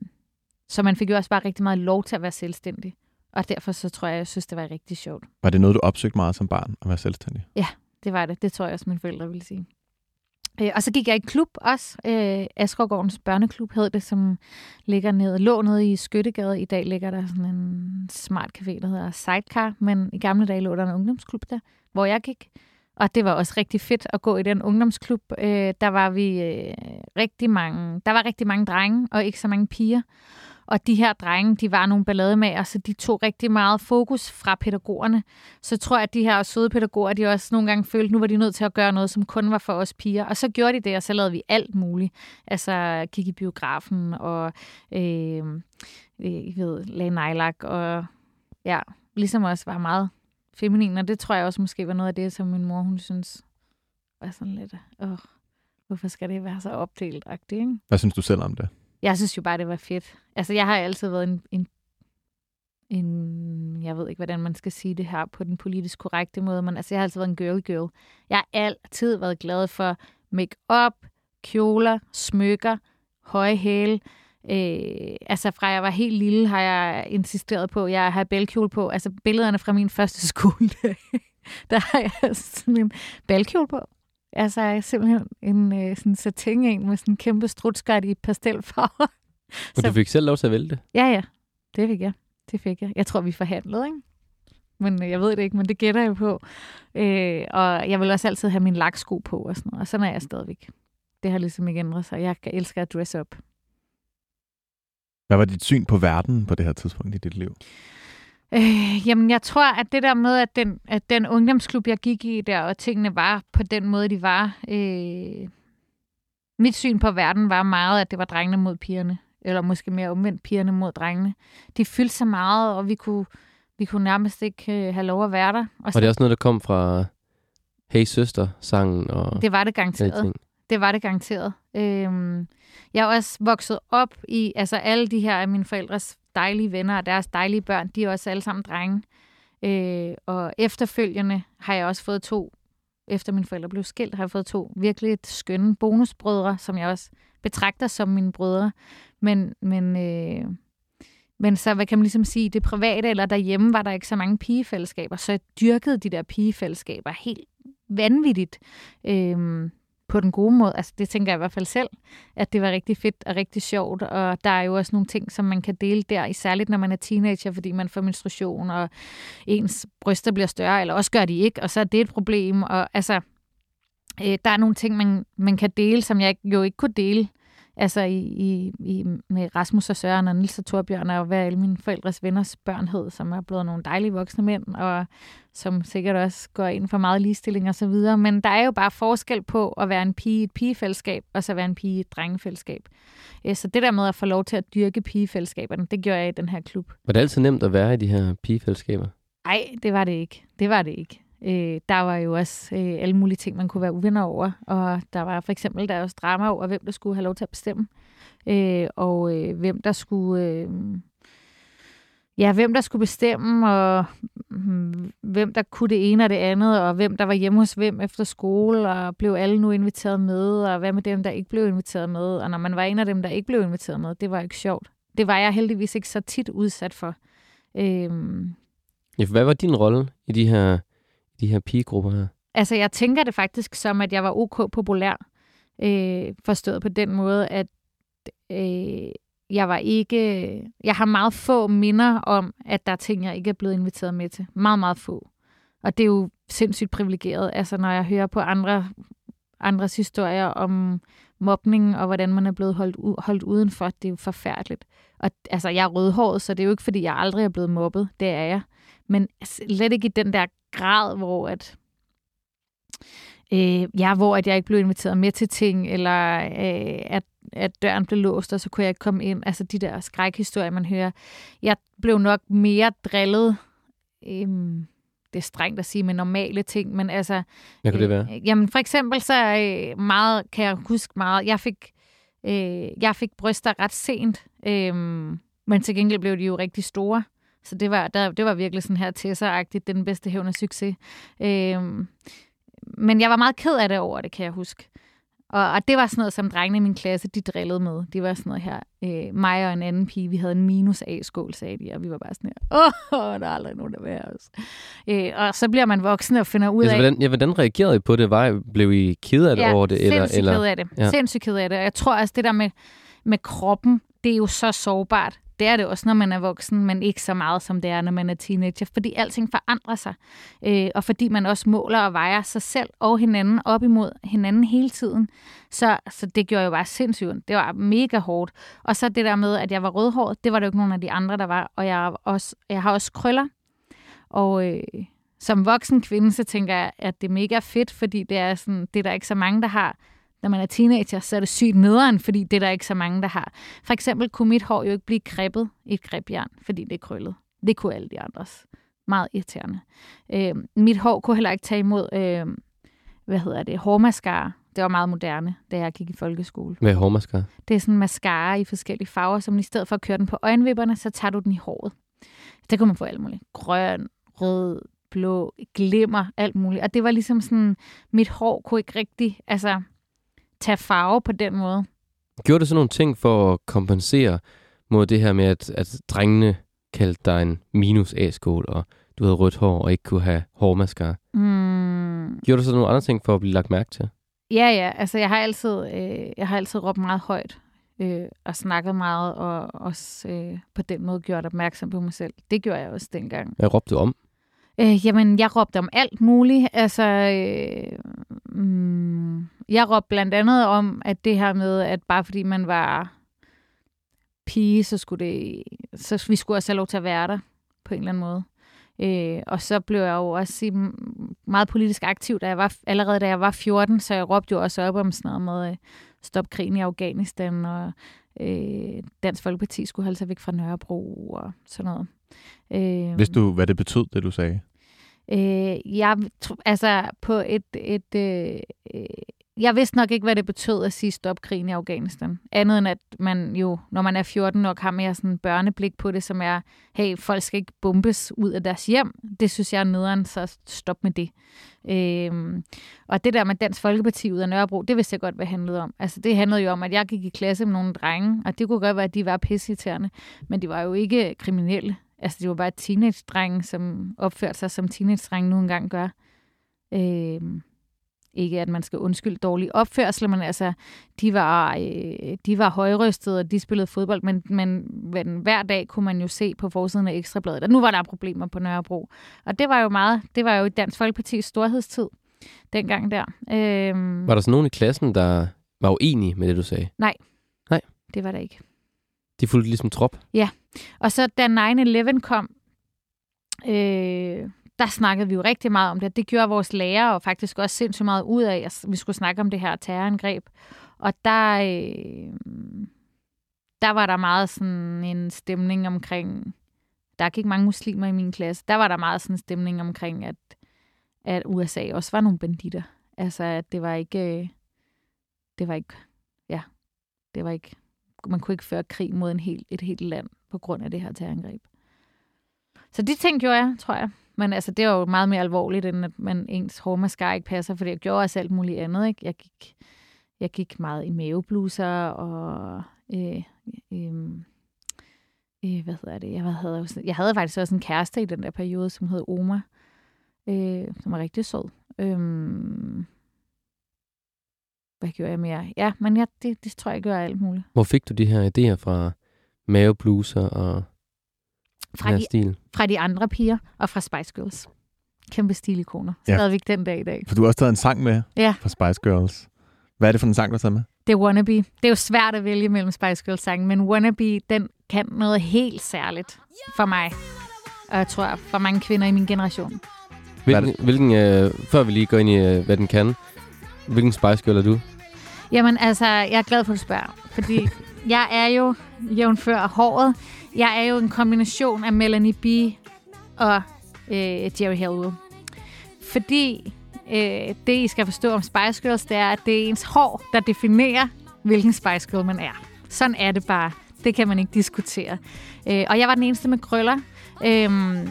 så man fik jo også bare rigtig meget lov til at være selvstændig. Og derfor så tror jeg, jeg synes, det var rigtig sjovt. Var det noget, du opsøgte meget som barn, at være selvstændig? Ja, det var det. Det tror jeg også, mine forældre ville sige. Øh, og så gik jeg i klub også. Øh, Askergårdens børneklub hed det, som ligger nede, lå nede i Skyttegade. I dag ligger der sådan en smart café, der hedder Sidecar, men i gamle dage lå der en ungdomsklub der, hvor jeg gik. Og det var også rigtig fedt at gå i den ungdomsklub. Øh, der var vi øh, rigtig mange, der var rigtig mange drenge, og ikke så mange piger. Og de her drenge, de var nogle ballademager, så de tog rigtig meget fokus fra pædagogerne. Så tror jeg, at de her søde pædagoger, de også nogle gange følte, nu var de nødt til at gøre noget, som kun var for os piger. Og så gjorde de det, og så lavede vi alt muligt. Altså gik i biografen, og øh, jeg ved, lagde nejlak, og ja, ligesom også var meget feminin. Og det tror jeg også måske var noget af det, som min mor, hun synes, var sådan lidt, åh, hvorfor skal det være så opdelt-agtigt, ikke? Hvad synes du selv om det? Jeg synes jo bare, det var fedt. Altså, jeg har altid været en, en, en... Jeg ved ikke, hvordan man skal sige det her på den politisk korrekte måde, men altså, jeg har altid været en girl-girl. Jeg har altid været glad for make-up, kjoler, smykker, høje hæle. Øh, altså, fra jeg var helt lille, har jeg insisteret på, at jeg har balkjole på. Altså, billederne fra min første skole, der har jeg altså min balkjole på. Altså, jeg er simpelthen en øh, sådan satin en med sådan en kæmpe strutskart i pastelfarver. Og du fik selv lov til at vælge det? Ja, ja. Det fik jeg. Det fik jeg. Jeg tror, vi forhandlede, ikke? Men øh, jeg ved det ikke, men det gætter jeg på. Øh, og jeg vil også altid have min laksko på og sådan noget. Og sådan er jeg stadigvæk. Det har ligesom ikke ændret sig. Jeg elsker at dress up. Hvad var dit syn på verden på det her tidspunkt i dit liv? Øh, jamen, jeg tror, at det der med, at den, at den ungdomsklub, jeg gik i der, og tingene var på den måde, de var. Øh, mit syn på verden var meget, at det var drengene mod pigerne. Eller måske mere omvendt, pigerne mod drengene. De fyldte så meget, og vi kunne, vi kunne nærmest ikke øh, have lov at være der. Og så, var det også noget, der kom fra Hey Søster-sangen? Og det var det garanteret. Det var det garanteret. Øhm, jeg er også vokset op i, altså alle de her af mine forældres dejlige venner og deres dejlige børn, de er også alle sammen drenge. Øh, og efterfølgende har jeg også fået to, efter mine forældre blev skilt, har jeg fået to virkelig skønne bonusbrødre, som jeg også betragter som mine brødre. Men, men, øh, men så, hvad kan man ligesom sige, det private eller derhjemme var der ikke så mange pigefællesskaber, så jeg dyrkede de der pigefællesskaber helt vanvittigt. Øh, på den gode måde. Altså, det tænker jeg i hvert fald selv, at det var rigtig fedt og rigtig sjovt, og der er jo også nogle ting, som man kan dele der, særligt når man er teenager, fordi man får menstruation, og ens bryster bliver større, eller også gør de ikke, og så er det et problem, og altså, øh, der er nogle ting, man, man kan dele, som jeg jo ikke kunne dele, altså i, i, i, med Rasmus og Søren og Nils og Torbjørn, og hvad alle mine forældres venners børn hed, som er blevet nogle dejlige voksne mænd, og som sikkert også går ind for meget ligestilling og så videre. Men der er jo bare forskel på at være en pige i et pigefællesskab, og så være en pige i et drengefællesskab. Så det der med at få lov til at dyrke pigefællesskaberne, det gjorde jeg i den her klub. Var det altid nemt at være i de her pigefællesskaber? Nej, det var det ikke. Det var det ikke. Øh, der var jo også øh, alle mulige ting, man kunne være uvenner over, og der var for eksempel der også drama over, hvem der skulle have lov til at bestemme, øh, og øh, hvem der skulle øh, ja, hvem der skulle bestemme, og øh, hvem der kunne det ene og det andet, og hvem der var hjemme hos hvem efter skole, og blev alle nu inviteret med, og hvad med dem, der ikke blev inviteret med, og når man var en af dem, der ikke blev inviteret med, det var ikke sjovt. Det var jeg heldigvis ikke så tit udsat for. Øh, ja, for hvad var din rolle i de her de her pigegrupper her? Altså, jeg tænker det faktisk som, at jeg var ok populær. Øh, forstået på den måde, at øh, jeg var ikke... Jeg har meget få minder om, at der er ting, jeg ikke er blevet inviteret med til. Meget, meget få. Og det er jo sindssygt privilegeret. Altså, når jeg hører på andre, andres historier om mobning, og hvordan man er blevet holdt, u- holdt udenfor, det er jo forfærdeligt. Og altså, jeg er rødhåret, så det er jo ikke, fordi jeg aldrig er blevet mobbet. Det er jeg. Men slet ikke i den der grad, hvor at... Øh, ja, hvor at jeg ikke blev inviteret med til ting, eller øh, at, at døren blev låst, og så kunne jeg ikke komme ind. Altså de der skrækhistorier, man hører. Jeg blev nok mere drillet, øh, det er strengt at sige, med normale ting, men altså... Hvad kunne det være? Øh, jamen for eksempel så øh, meget, kan jeg huske meget, jeg fik, øh, jeg fik bryster ret sent, øh, men til gengæld blev de jo rigtig store. Så det var, der, det var virkelig sådan her Tessa-agtigt, den bedste hævn af succes. Øh, Men jeg var meget ked af det over det, kan jeg huske. Og, og det var sådan noget, som drengene i min klasse, de drillede med. Det var sådan noget her. Øh, mig og en anden pige, vi havde en minus A-skål, sagde de. Og vi var bare sådan her, åh, der er aldrig nogen, der vil have os. Øh, og så bliver man voksen og finder ud altså, af... Hvordan, ja, hvordan reagerede I på det? Var I, blev I ked af det ja, over det? Eller, sindssygt eller? ked af det. Ja. Sindssygt ked af det. Og jeg tror også, det der med, med kroppen, det er jo så sårbart. Det er det også, når man er voksen, men ikke så meget, som det er, når man er teenager. Fordi alting forandrer sig. Øh, og fordi man også måler og vejer sig selv og hinanden op imod hinanden hele tiden. Så, så det gjorde jo bare sindssygt. Det var mega hårdt. Og så det der med, at jeg var rødhåret, det var der jo ikke nogen af de andre, der var. Og jeg, også, jeg har også krøller. Og øh, som voksen kvinde, så tænker jeg, at det er mega fedt, fordi det er, sådan, det er der ikke så mange, der har. Når man er teenager, så er det sygt nederen, fordi det er der ikke så mange, der har. For eksempel kunne mit hår jo ikke blive kreppet i et krepjern, fordi det er krøllet. Det kunne alle de andres. Meget irriterende. Øh, mit hår kunne heller ikke tage imod, øh, hvad hedder det, hårmascara. Det var meget moderne, da jeg gik i folkeskole. Hvad er hårmascara? Det er sådan en mascara i forskellige farver, som i stedet for at køre den på øjenvipperne, så tager du den i håret. Det kunne man få alt muligt. Grøn, rød, blå, glimmer, alt muligt. Og det var ligesom sådan, mit hår kunne ikke rigtig, altså... tage farve på den måde. Gjorde du sådan nogle ting for at kompensere mod det her med, at, at drengene kaldte dig en minus A-skål, og du havde rødt hår og ikke kunne have hårmascara? Mm. Gjorde du så nogle andre ting for at blive lagt mærke til? Ja, ja. Altså, jeg har altid, øh, jeg har altid råbt meget højt øh, og snakket meget, og også øh, på den måde gjort opmærksom på mig selv. Det gjorde jeg også dengang. Hvad råbte du om? Øh, jamen, jeg råbte om alt muligt. Altså, øh, mm, jeg råbte blandt andet om, at det her med, at bare fordi man var pige, så skulle det, så vi skulle også have lov til at være der på en eller anden måde. Øh, og så blev jeg jo også meget politisk aktiv, da jeg var, allerede da jeg var fjorten, så jeg råbte jo også op om sådan noget med øh, stop krigen i Afghanistan, og øh, Dansk Folkeparti skulle holde sig væk fra Nørrebro og sådan noget. Øh, Vidste du, hvad det betød, det du sagde? Øh, jeg, altså på et, et øh, øh, jeg vidste nok ikke, hvad det betød at sige stop krigen i Afghanistan. Andet end at man jo, når man er fjorten, nok har mere sådan en børneblik på det, som er, hey, folk skal ikke bombes ud af deres hjem. Det synes jeg er nederen, så stop med det. Øh, og det der med Dansk Folkeparti ud af Nørrebro, det vidste jeg godt, hvad det handlede om. Altså det handlede jo om, at jeg gik i klasse med nogle drenge, og det kunne godt være, at de var pisseirriterende, men de var jo ikke kriminelle. Altså, det var bare teenage-drenge, som opførte sig, som teenage-drenge nu engang gør. Øh, ikke, at man skal undskylde dårlig opførsel, men altså, de var, øh, de var højrystede, og de spillede fodbold, men, men, men hver dag kunne man jo se på forsiden af Ekstrabladet, og nu var der problemer på Nørrebro. Og det var jo meget, det var jo Dansk Folkepartis storhedstid dengang der. Øh, var der så nogen i klassen, der var uenige med det, du sagde? Nej. Nej. Det var der ikke. De fulgte ligesom trop? Ja, og så da nine eleven kom, øh, der snakkede vi jo rigtig meget om det. Det gjorde vores lærer og faktisk også sindssygt meget ud af, at vi skulle snakke om det her terrorangreb. Og der, øh, der var der meget sådan en stemning omkring, der gik mange muslimer i min klasse, der var der meget sådan en stemning omkring, at, at U S A også var nogle banditter. Altså, at det var ikke, det var ikke, ja, det var ikke, man kunne ikke føre krig mod en hel, et helt land på grund af det her terrorangreb. Så de ting gjorde jeg, tror jeg. Men altså, det var jo meget mere alvorligt, end at man ens hårmascara ikke passer, for jeg gjorde også alt muligt andet, ikke? Jeg gik, jeg gik meget i mavebluser, og øh, øh, øh, hvad hedder det? Jeg havde, jeg havde faktisk også en kæreste i den der periode, som hed Omar, øh, som var rigtig sød. Øh, hvad gjorde jeg mere? Ja, men jeg, det, det tror jeg, jeg gør alt muligt. Hvor fik du de her idéer fra mavebluser og fra den her de, stil? Fra de andre piger og fra Spice Girls. Kæmpe stilikoner. Ja. Stadigvæk den dag i dag. For du har også taget en sang med ja. fra Spice Girls. Hvad er det for en sang, du har taget med? Det er Wannabe. Det er jo svært at vælge mellem Spice Girls sange, men Wannabe, den kan noget helt særligt for mig. Og jeg tror, for mange kvinder i min generation. Hvilken, hvilken øh, før vi lige går ind i, øh, hvad den kan, hvilken Spice Girl er du? Jamen altså, jeg er glad for, at du spørger. Fordi jeg er jo, jævnfør håret, jeg er jo en kombination af Melanie B. og øh, Jerry Halliwell. Fordi øh, det, I skal forstå om Spice Girls, det er, at det er ens hår, der definerer, hvilken Spice Girl man er. Sådan er det bare. Det kan man ikke diskutere. Øh, og jeg var den eneste med krøller. Øh,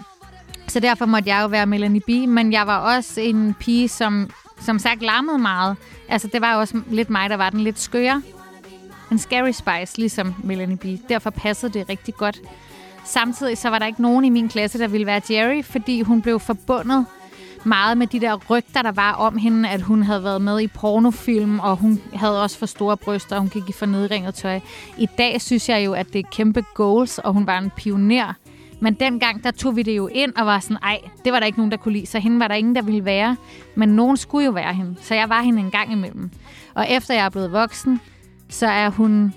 så derfor måtte jeg jo være Melanie B. Men jeg var også en pige, som, som sagt larmede meget. Altså, det var jo også lidt mig, der var den lidt skøre. En scary Spice, ligesom Melanie B. Derfor passede det rigtig godt. Samtidig så var der ikke nogen i min klasse, der ville være Jerry, fordi hun blev forbundet meget med de der rygter, der var om hende, at hun havde været med i pornofilm, og hun havde også for store bryster, og hun gik i for nedringet tøj. I dag synes jeg jo, at det er kæmpe goals, og hun var en pioner. Men dengang, der tog vi det jo ind og var sådan, ej, det var der ikke nogen, der kunne lide, så hende var der ingen, der ville være. Men nogen skulle jo være hende, så jeg var hende en gang imellem. Og efter jeg er blevet voksen, så er hun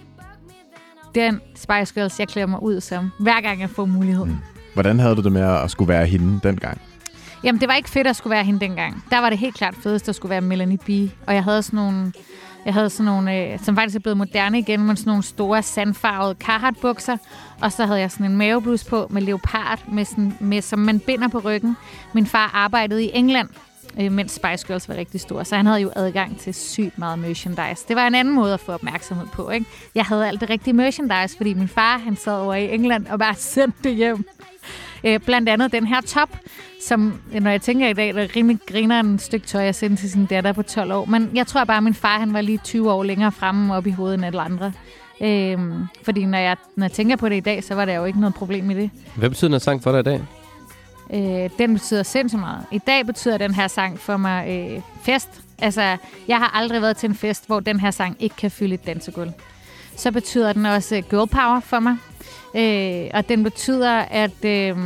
den Spice Girls, jeg klæder mig ud som, hver gang jeg får muligheden. Mm. Hvordan havde du det med at skulle være hende dengang? Jamen, det var ikke fedt at skulle være hende dengang. Der var det helt klart fedest at skulle være Melanie B. Og jeg havde sådan nogle, jeg havde sådan nogle øh, som faktisk er blevet moderne igen, men sådan nogle store sandfarvede Carhartt-bukser. Og så havde jeg sådan en mavebluse på med leopard, med sådan, med, som man binder på ryggen. Min far arbejdede i England, øh, mens Spice Girls var rigtig store. Så han havde jo adgang til sygt meget merchandise. Det var en anden måde at få opmærksomhed på, ikke? Jeg havde alt det rigtige merchandise, fordi min far, han sad over i England og bare sendte det hjem. Øh, blandt andet den her top, som, når jeg tænker i dag, der rimelig griner en stykke tøj at sende til sin datter på tolv år. Men jeg tror bare, at min far han var lige tyve år længere fremme op i hovedet end alle andre. Øh, fordi når jeg, når jeg tænker på det i dag, så var der jo ikke noget problem i det. Hvad betyder den her sang for dig i dag? Øh, den betyder sindssygt meget. I dag betyder den her sang for mig øh, fest. Altså, jeg har aldrig været til en fest, hvor den her sang ikke kan fylde et dansegulv. Så betyder den også girl power for mig. Øh, og den betyder, at øh,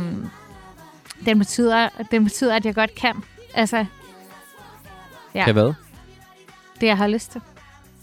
den betyder, den betyder, at jeg godt kan. Altså, ja. Kan hvad? Det, jeg har lyst til.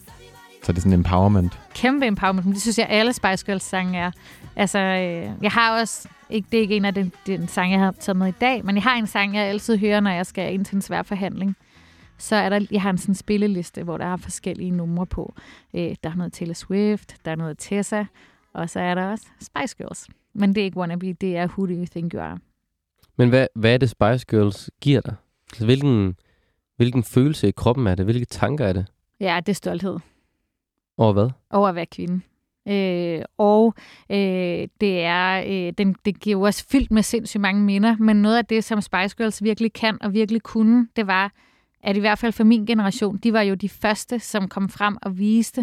Så det er sådan en empowerment? Kæmpe empowerment. Det synes jeg, alle Spice Girls sange er. Altså, øh, jeg har også, ikke, det er ikke en af den, den sange, jeg har taget med i dag, men jeg har en sang, jeg altid hører, når jeg skal ind til en svær forhandling. Så er der, jeg har en sådan spilleliste, hvor der er forskellige numre på. Øh, der er noget Taylor Swift, der er noget Tessa, og så er der også Spice Girls. Men det er ikke Wannabe, det er Who Do You Think You Are. Men hvad, hvad er det, Spice Girls giver dig? Altså, hvilken, hvilken følelse i kroppen er det? Hvilke tanker er det? Ja, det er stolthed. Over hvad? Over at være kvinde. Øh, og øh, det er øh, den, det giver jo også fyldt med sindssygt mange minder, men noget af det, som Spice Girls virkelig kan og virkelig kunne, det var, at i hvert fald for min generation, de var jo de første, som kom frem og viste,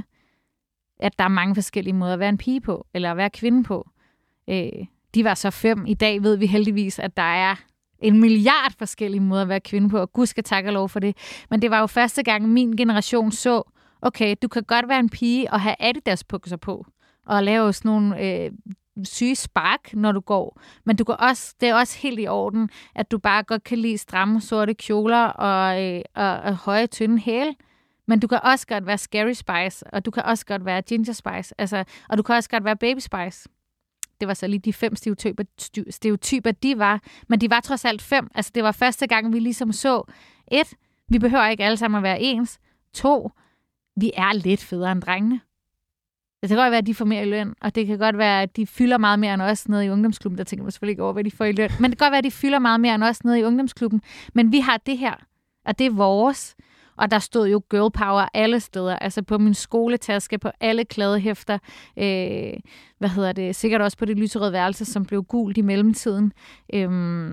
at der er mange forskellige måder at være en pige på, eller at være kvinde på. Øh, de var så fem. I dag ved vi heldigvis, at der er en milliard forskellige måder at være kvinde på, og Gud skal takke og lov for det. Men det var jo første gang, min generation så, okay, du kan godt være en pige og have Adidas-bukser på, og lave sådan nogle øh, syge spark, når du går. Men du kan også, det er også helt i orden, at du bare godt kan lide stramme, sorte kjoler og, øh, og, og høje, tynde hæle. Men du kan også godt være Scary Spice, og du kan også godt være Ginger Spice, altså, og du kan også godt være Baby Spice. Det var så lige de fem stereotyper, stereotyper, de var. Men de var trods alt fem. Altså, det var første gang, vi ligesom så, et, vi behøver ikke alle sammen at være ens. To, vi er lidt federe end drengene. Det kan godt være, at de får mere i løn, og det kan godt være, at de fylder meget mere end os nede i ungdomsklubben. Der tænker man selvfølgelig ikke over, hvad de får i løn. Men det kan godt være, at de fylder meget mere end os nede i ungdomsklubben. Men vi har det her, og det er vores. Og der stod jo girl power alle steder. Altså på min skoletaske, på alle kladehæfter. Øh, hvad hedder det? Sikkert også på det lyserøde værelse, som blev gult i mellemtiden. Øh,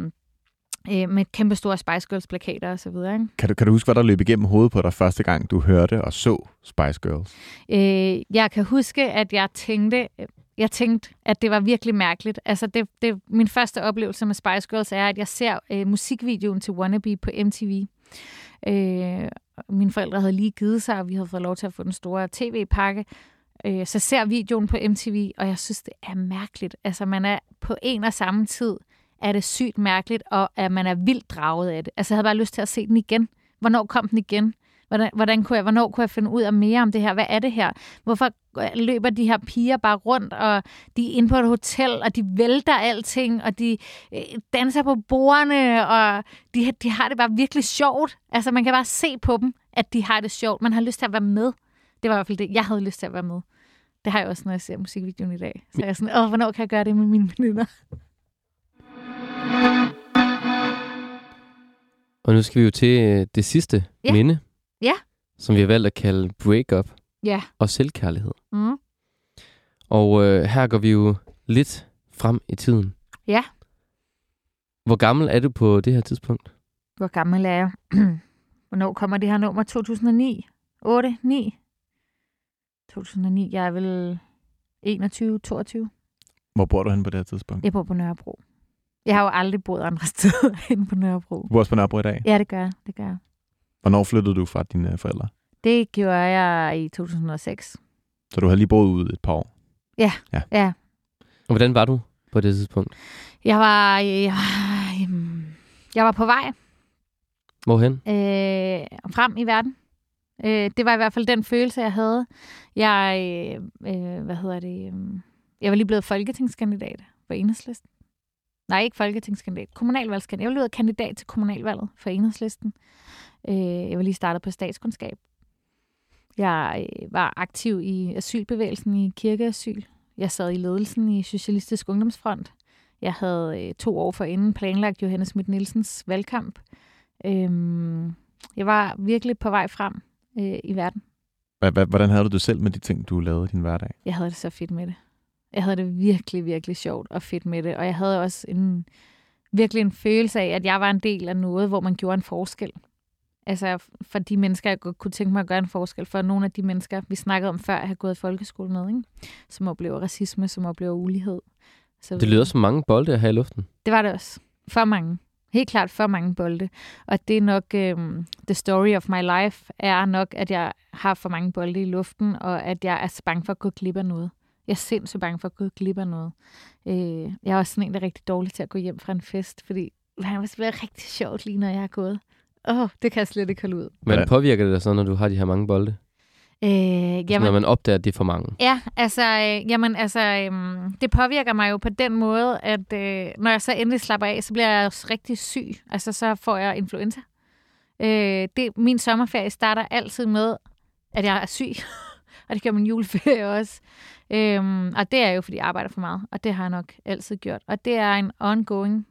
øh, med kæmpe store Spice Girls plakater og så videre. Ikke? Kan du, kan du huske, hvad der løb igennem hovedet på dig første gang, du hørte og så Spice Girls? Øh, jeg kan huske, at jeg tænkte... Jeg tænkte, at det var virkelig mærkeligt. Altså, det, det, min første oplevelse med Spice Girls er, at jeg ser øh, musikvideoen til Wannabe på M T V. Øh, mine forældre havde lige givet sig, og vi havde fået lov til at få den store tv-pakke. Øh, så ser videoen på M T V, og jeg synes, det er mærkeligt. Altså, man er på en og samme tid, er det sygt mærkeligt, og at man er vildt draget af det. Altså, jeg havde bare lyst til at se den igen. Hvornår kom den igen? Hvordan, hvordan kunne jeg, hvornår kunne jeg finde ud af mere om det her? Hvad er det her? Hvorfor løber de her piger bare rundt, og de er inde på et hotel, og de vælter alting, og de øh, danser på bordene, og de, de har det bare virkelig sjovt. Altså, man kan bare se på dem, at de har det sjovt. Man har lyst til at være med. Det var i hvert fald det, jeg havde lyst til at være med. Det har jeg også, når jeg ser musikvideoen i dag. Så jeg er sådan, åh, hvornår kan jeg gøre det med mine veninder? Og nu skal vi jo til det sidste ja. minde, ja. som vi har valgt at kalde break-up ja. og selvkærlighed. Mm. Og øh, her går vi jo lidt frem i tiden. Ja. Hvor gammel er du på det her tidspunkt? Hvor gammel er jeg? Hvornår kommer det her nummer? to tusind og ni? otte? ni? to tusind og ni, jeg er vel enogtyve, toogtyve. Hvor bor du henne på det her tidspunkt? Jeg bor på Nørrebro. Jeg har jo aldrig boet andre steder end på Nørrebro. Du bor også på Nørrebro i dag? Ja, det gør jeg. Det gør jeg. Hvornår flyttede du fra dine forældre? Det gjorde jeg i to tusind og seks. Så du har lige boet ude et par år? Ja, ja. ja. Og hvordan var du på det tidspunkt? Jeg var, jeg, jeg var på vej. Hvorhen? Øh, frem i verden. Øh, det var i hvert fald den følelse, jeg havde. Jeg, øh, hvad hedder det? Øh, jeg var lige blevet folketingskandidat for Enhedslisten. Nej, ikke folketingskandidat. Kommunalvalgskandidat. Jeg var blevet kandidat til kommunalvalget for Enhedslisten. Øh, jeg var lige startet på statskundskab. Jeg øh, var aktiv i asylbevægelsen i kirkeasyl. Jeg sad i ledelsen i Socialistisk Ungdomsfront. Jeg havde øh, to år forinden planlagt Johanne Schmidt-Nielsens valgkamp. Øh, jeg var virkelig på vej frem øh, i verden. Hvordan havde du det selv med de ting, du lavede i din hverdag? Jeg havde det så fedt med det. Jeg havde det virkelig, virkelig sjovt og fedt med det. Og jeg havde også en, virkelig en følelse af, at jeg var en del af noget, hvor man gjorde en forskel. Altså for de mennesker, jeg godt kunne tænke mig at gøre en forskel. For nogle af de mennesker, vi snakkede om før, jeg har gået i folkeskole med, ikke? Som oplever racisme, som oplever ulighed. Så det lyder som mange bolde her i luften. Det var det også. For mange. Helt klart for mange bolde. Og det er nok, um, the story of my life, er nok, at jeg har for mange bolde i luften, og at jeg er så bange for at gå glip af noget. Jeg er sindssygt bange for at gå glip af noget. Øh, jeg er også sådan en, der er rigtig dårlig til at gå hjem fra en fest, fordi det bliver rigtig sjovt lige, når jeg er gået. Åh, oh, det kan jeg slet ikke holde ud. Men påvirker det dig så, når du har de her mange bolde? Øh, jamen, når man opdager, at det er for mange? Ja, altså, øh, jamen, altså øh, det påvirker mig jo på den måde, at øh, når jeg så endelig slapper af, så bliver jeg også rigtig syg. Altså, så får jeg influenza. Øh, det, min sommerferie starter altid med, at jeg er syg. Og det gør min juleferie også. Øhm, og det er jo, fordi jeg arbejder for meget. Og det har jeg nok altid gjort. Og det er en ongoing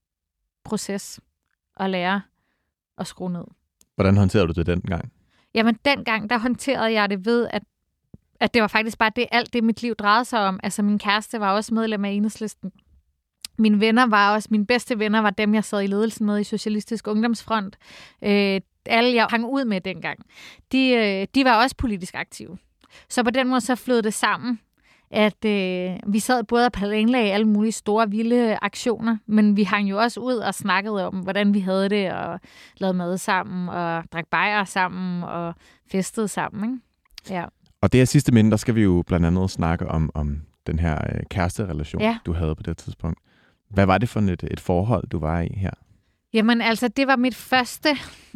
proces at lære at skrue ned. Hvordan håndterede du det dengang? Jamen, dengang, der håndterede jeg det ved, at, at det var faktisk bare det, alt det, mit liv drejede sig om. Altså, min kæreste var også medlem af Enhedslisten. Mine venner var også, mine bedste venner var dem, jeg sad i ledelsen med i Socialistisk Ungdomsfront. Øh, alle, jeg hang ud med dengang, de, øh, de var også politisk aktive. Så på den måde så flød det sammen, at øh, vi sad både og planlagde alle mulige store, vilde aktioner, men vi hang jo også ud og snakkede om, hvordan vi havde det, og lavede mad sammen, og drak bajer sammen, og festede sammen. Ikke? Ja. Og det her sidste minde, der skal vi jo blandt andet snakke om, om den her øh, kæresterelation, ja. du havde på det tidspunkt. Hvad var det for et, et forhold, du var i her? Jamen altså, det var mit første,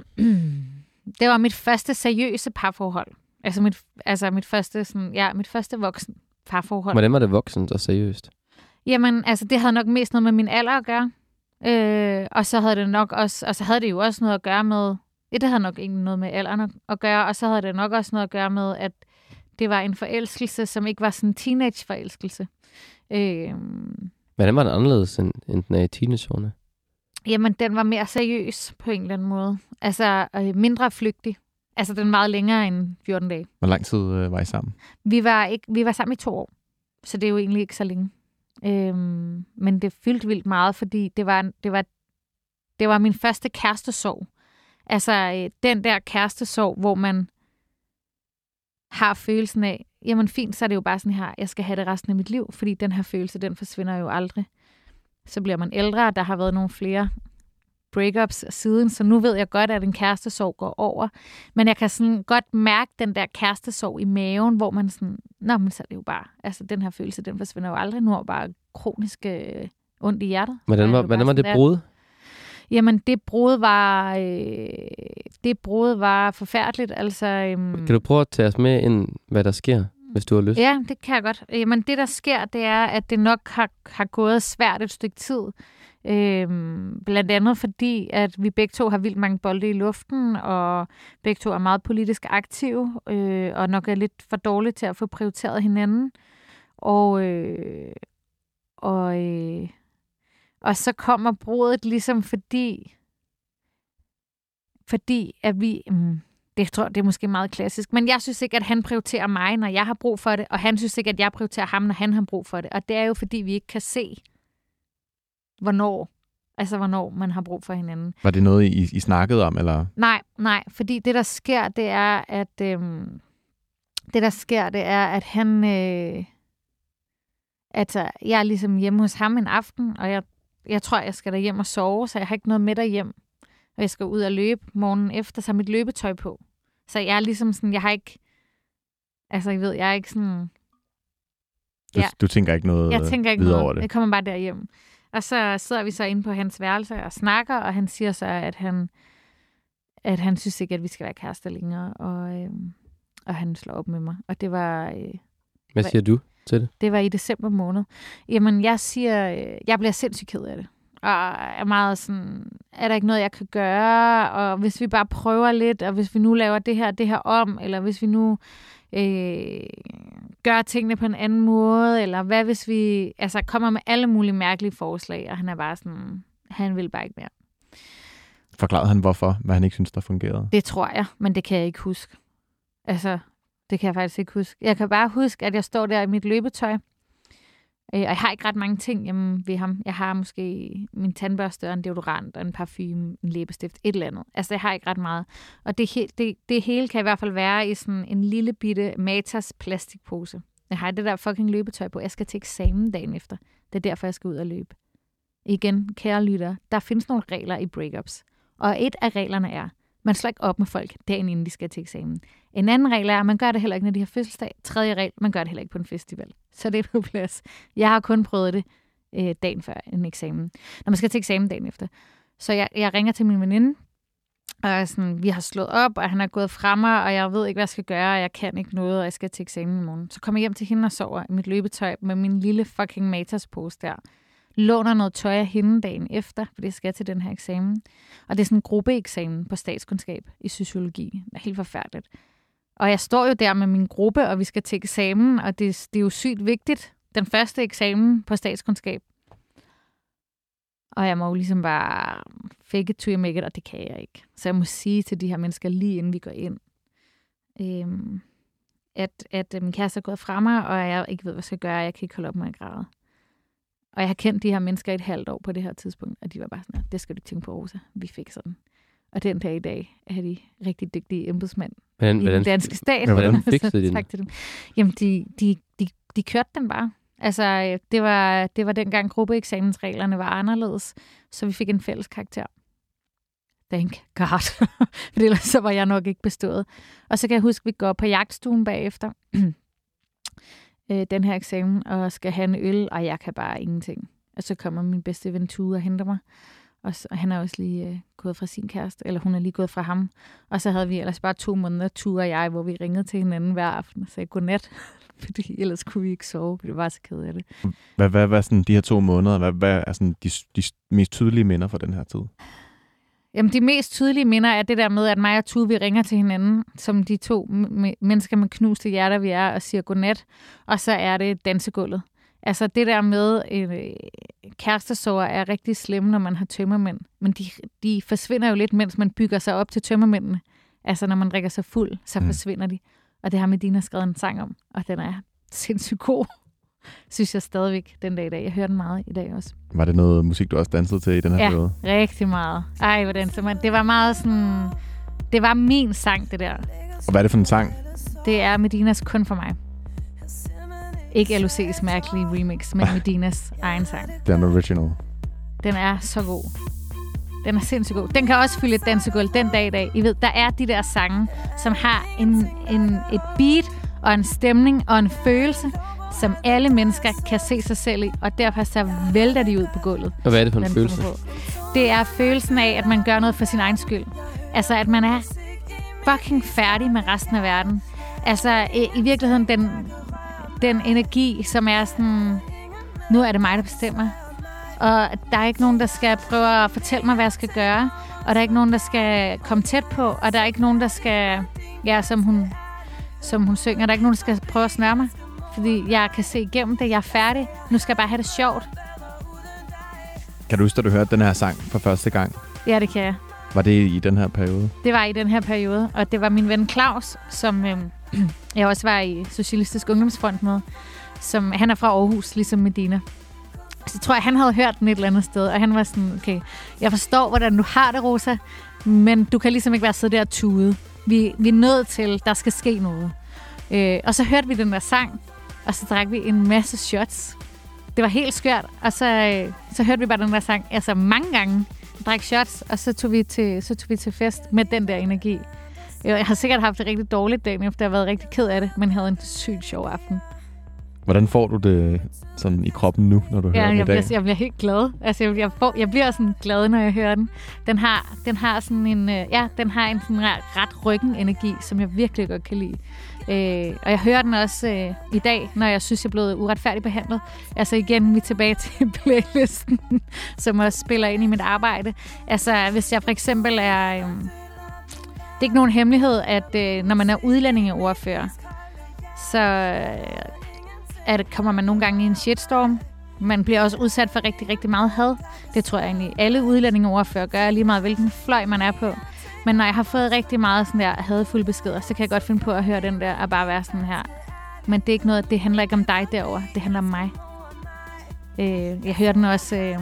det var mit første seriøse parforhold. Altså mit, altså mit første, sådan, ja, mit første voksen parforhold. Hvordan var det voksent og seriøst? Jamen, altså det havde nok mest noget med min alder at gøre. Øh, og så havde det nok også, og så havde det jo også noget at gøre med, ja, det havde nok ikke noget med alderen at gøre, og så havde det nok også noget at gøre med, at det var en forelskelse, som ikke var sådan en teenage-forelskelse. Øh, Hvordan var den anderledes end, end den er i teenageårene? Jamen, den var mere seriøs på en eller anden måde. Altså øh, mindre flygtig. Altså, den var meget længere end fjorten dage. Hvor lang tid øh, var I sammen? Vi var, ikke, vi var sammen i to år, så det er jo egentlig ikke så længe. Øhm, men det fyldte vildt meget, fordi det var, det var, det var min første kærestesorg. Altså, øh, den der kærestesorg, hvor man har følelsen af, jamen fint, så er det jo bare sådan her, jeg skal have det resten af mit liv, fordi den her følelse, den forsvinder jo aldrig. Så bliver man ældre, der har været nogle flere breakups siden, så nu ved jeg godt, at en kærestesorg går over. Men jeg kan sådan godt mærke den der kærestesorg i maven, hvor man sådan, nå, men så er det jo bare, altså den her følelse, den forsvinder jo aldrig. Nu er bare kronisk øh, ondt i hjertet. Hvordan var, hvordan var det brud? Jamen, det brud var, øh, det brud var forfærdeligt. Altså, øhm, kan du prøve at tage os med ind, hvad der sker, hvis du har lyst? Ja, det kan jeg godt. Jamen, det der sker, det er, at det nok har, har gået svært et stykke tid. Øhm, blandt andet fordi, at vi begge to har vildt mange bolde i luften, og begge to er meget politisk aktive, øh, og nok er lidt for dårlige til at få prioriteret hinanden. Og, øh, og, øh, og så kommer brudet ligesom fordi, fordi at vi... Øh, Det tror det er måske meget klassisk. Men jeg synes ikke, at han prioriterer mig, når jeg har brug for det, og han synes ikke, at jeg prioriterer ham, når han har brug for det. Og det er jo, fordi vi ikke kan se, hvornår, altså hvornår man har brug for hinanden. Var det noget, I, I snakkede om, eller? Nej, nej, fordi det, der sker, det er, at øhm, det, der sker, det er, at han, øh, altså, jeg er ligesom hjemme hos ham en aften, og jeg, jeg tror, jeg skal derhjem og sove, så jeg har ikke noget med derhjem. Og jeg skal ud og løbe morgenen efter, så har mit løbetøj på. Så jeg er ligesom sådan, jeg har ikke, altså jeg ved, jeg er ikke sådan... Du, ja. du tænker ikke noget jeg tænker ikke videre noget. over det? Jeg kommer bare derhjem. Og så sidder vi så inde på hans værelse og snakker, og han siger så, at han, at han synes ikke, at vi skal være kærester længere, og, øh, og han slår op med mig. Og det var... Øh, Hvad siger du til det? Det var i december måned. Jamen, jeg siger, øh, jeg bliver sindssygt ked af det. Og er meget sådan, er der ikke noget, jeg kan gøre? Og hvis vi bare prøver lidt, og hvis vi nu laver det her det her om, eller hvis vi nu øh, gør tingene på en anden måde, eller hvad hvis vi altså kommer med alle mulige mærkelige forslag, og han er bare sådan, han vil bare ikke mere. Forklarede han hvorfor, hvad han ikke synes, der fungerede? Det tror jeg, men det kan jeg ikke huske. Altså, det kan jeg faktisk ikke huske. Jeg kan bare huske, at jeg står der i mit løbetøj, og jeg har ikke ret mange ting hjemme ved ham. Jeg har måske min tandbørste og en deodorant og en parfume, en læbestift, et eller andet. Altså, jeg har ikke ret meget. Og det, he- det, det hele kan i hvert fald være i sådan en lille bitte Matas plastikpose. Jeg har det der fucking løbetøj på. Jeg skal til eksamen dagen efter. Det er derfor, jeg skal ud og løbe. Igen, kære lytter, der findes nogle regler i breakups. Og et af reglerne er, man slår ikke op med folk dagen inden de skal til eksamen. En anden regel er, at man gør det heller ikke, når de har fødselsdag. Tredje regel, man gør det heller ikke på en festival. Så det er på plads. Jeg har kun prøvet det øh, dagen før en eksamen. Når man skal til eksamen dagen efter. Så jeg, jeg ringer til min veninde, og sådan, vi har slået op, og han er gået fra mig, og jeg ved ikke, hvad jeg skal gøre, og jeg kan ikke noget, og jeg skal til eksamen i morgen. Så kommer jeg hjem til hende og sover i mit løbetøj med min lille fucking Matas-pose der. Låner noget tøj af hende dagen efter, for det skal jeg til den her eksamen. Og det er sådan en gruppeeksamen på statskundskab i sociologi. Det er helt forfærdeligt. Og jeg står jo der med min gruppe, og vi skal til eksamen, og det, det er jo sygt vigtigt. Den første eksamen på statskundskab. Og jeg må jo ligesom bare fake it to you make it, og det kan jeg ikke. Så jeg må sige til de her mennesker, lige inden vi går ind, øhm, at, at min kæreste er gået fra mig, og jeg ikke ved, hvad jeg skal gøre, jeg kan ikke holde op med at græde. Og jeg har kendt de her mennesker i et halvt år på det her tidspunkt, og de var bare sådan, det skal du tænke på, Rosa. Vi fik sådan. Og den dag i dag er de rigtig dygtige embedsmænd hvordan, i hvordan, den danske stat. Hvordan fikset de den? Tak til dem. Jamen, de, de, de, de kørte den bare. Altså, det var, det var dengang gruppeeksamensreglerne var anderledes, så vi fik en fælles karakter. Thank God. For ellers så var jeg nok ikke bestået. Og så kan jeg huske, at vi går på jagtstuen bagefter den her eksamen, og skal have en øl, og jeg kan bare ingenting. Og så kommer min bedste ven Tue og henter mig. Og, så, og han er også lige øh, gået fra sin kæreste, eller hun er lige gået fra ham. Og så havde vi ellers bare to måneder, Tue og jeg, hvor vi ringede til hinanden hver aften og sagde godnat. Fordi ellers kunne vi ikke sove, fordi det var så ked af det. Hvad, hvad, hvad sådan de her to måneder, hvad, hvad er sådan de, de mest tydelige minder for den her tid? Jamen, de mest tydelige minder er det der med, at mig og Tue, vi ringer til hinanden, som de to m- mennesker med knuste hjerter, vi er, og siger godnat. Og så er det dansegulvet. Altså det der med, øh, kærestesorger er rigtig slemme, når man har tømmermænd. Men de, de forsvinder jo lidt, mens man bygger sig op til tømmermændene. Altså når man drikker sig fuld, så mm. forsvinder de. Og det har Medina skrevet en sang om, og den er sindssygt god. Synes jeg stadigvæk den dag i dag. Jeg hører den meget i dag også. Var det noget musik, du også dansede til i den her ja, periode? Ja, rigtig meget. Ej, hvordan så man. Det var meget sådan... Det var min sang, det der. Og hvad er det for en sang? Det er Medinas Kun for mig. Ikke L O C's mærkelige remix, men Medinas egen sang. Den original. Den er så god. Den er sindssygt god. Den kan også fylde et dansegulv den dag i dag. I ved, der er de der sange, som har en, en, et beat og en stemning og en følelse, som alle mennesker kan se sig selv i, og derfor så vælter de ud på gulvet. Og hvad er det for en følelse? Det er følelsen af, at man gør noget for sin egen skyld. Altså, at man er fucking færdig med resten af verden. Altså, i, i virkeligheden, den, den energi, som er sådan, nu er det mig, der bestemmer. Og der er ikke nogen, der skal prøve at fortælle mig, hvad jeg skal gøre. Og der er ikke nogen, der skal komme tæt på. Og der er ikke nogen, der skal, ja, som hun, som hun synger, der er ikke nogen, der skal prøve at snøre mig. Fordi jeg kan se igennem det, jeg er færdig. Nu skal jeg bare have det sjovt. Kan du huske, at du hørte den her sang for første gang? Ja, det kan jeg. Var det i den her periode? Det var i den her periode, og det var min ven Claus, som øh, jeg også var i Socialistisk Ungdomsfront med. Som, han er fra Aarhus, ligesom Medina. Så tror jeg, han havde hørt den et eller andet sted, og han var sådan, okay, jeg forstår, hvordan du har det, Rosa, men du kan ligesom ikke være siddet der og tude. Vi, vi er nødt til, der skal ske noget. Øh, og så hørte vi den der sang, og så drak vi en masse shots. Det var helt skørt, og så, øh, så hørte vi bare den der sang, altså mange gange. Drak shots, og så tog, vi til, så tog vi til fest med den der energi. Jeg har sikkert haft det rigtig dårligt dagen efter, jeg har været rigtig ked af det, men havde en sygt sjov aften. Hvordan får du det sådan i kroppen nu, når du ja, hører den i jeg dag? Bliver, jeg bliver helt glad. Altså, jeg, jeg, får, jeg bliver sådan glad, når jeg hører den. Den har, den har sådan en, ja, den har en sådan ret ryggen energi, som jeg virkelig godt kan lide. Øh, og jeg hører den også øh, i dag, når jeg synes, jeg er blevet uretfærdigt behandlet. Altså igen, vi er tilbage til playlisten, som også spiller ind i mit arbejde. Altså, hvis jeg for eksempel er... Øh, det er ikke nogen hemmelighed, at øh, når man er udlændingeordfører, så... Øh, at kommer man nogle gange i en shitstorm. Man bliver også udsat for rigtig, rigtig meget had. Det tror jeg egentlig, alle udlændingeordfører gør, lige meget hvilken fløj man er på. Men når jeg har fået rigtig meget sådan der hadfulde beskeder, så kan jeg godt finde på at høre den der og bare være sådan her. Men det er ikke noget, det handler ikke om dig derovre. Det handler om mig. Øh, jeg hører den også, øh,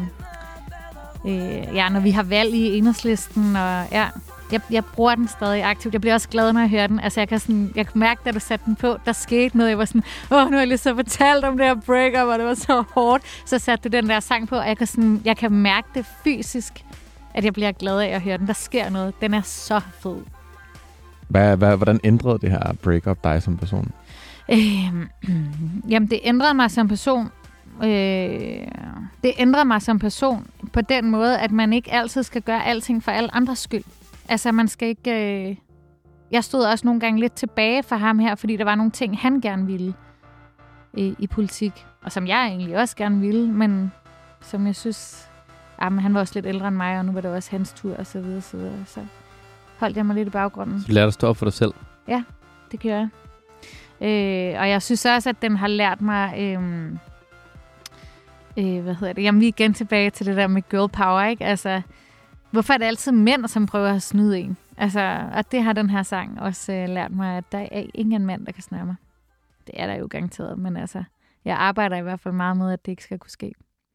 øh, ja, når vi har valg i Enhedslisten, og ja... Jeg, jeg bruger den stadig aktivt. Jeg bliver også glad, når jeg hører den. Altså, jeg kan, sådan, jeg kan mærke, da du satte den på, der skete noget. Jeg var sådan, åh, nu har jeg lige så fortalt om det her breakup, og det var så hårdt. Så satte du den der sang på, og jeg kan, sådan, jeg kan mærke det fysisk, at jeg bliver glad af at høre den. Der sker noget. Den er så fed. Hvad, hvad, hvordan ændrede det her breakup dig som person? Øh, jamen, det ændrede mig som person. Øh, det ændrede mig som person på den måde, at man ikke altid skal gøre alting for alle andres skyld. Altså, man skal ikke... Øh... Jeg stod også nogle gange lidt tilbage for ham her, fordi der var nogle ting, han gerne ville i, i politik. Og som jeg egentlig også gerne ville, men som jeg synes... Jamen, han var også lidt ældre end mig, og nu var det også hans tur, og så videre, så videre. Så holdt jeg mig lidt i baggrunden. Så du lærte at stå op for dig selv? Ja, det gør jeg. Øh, og jeg synes også, at den har lært mig... Øh... Øh, hvad hedder det? Jamen, vi er igen tilbage til det der med girl power, ikke? Altså... Hvorfor er det altid mænd, som prøver at snyde en? Altså, og det har den her sang også øh, lært mig, at der er ingen mand, der kan snøre mig. Det er der jo garanteret, men altså, jeg arbejder i hvert fald meget med, at det ikke skal kunne ske.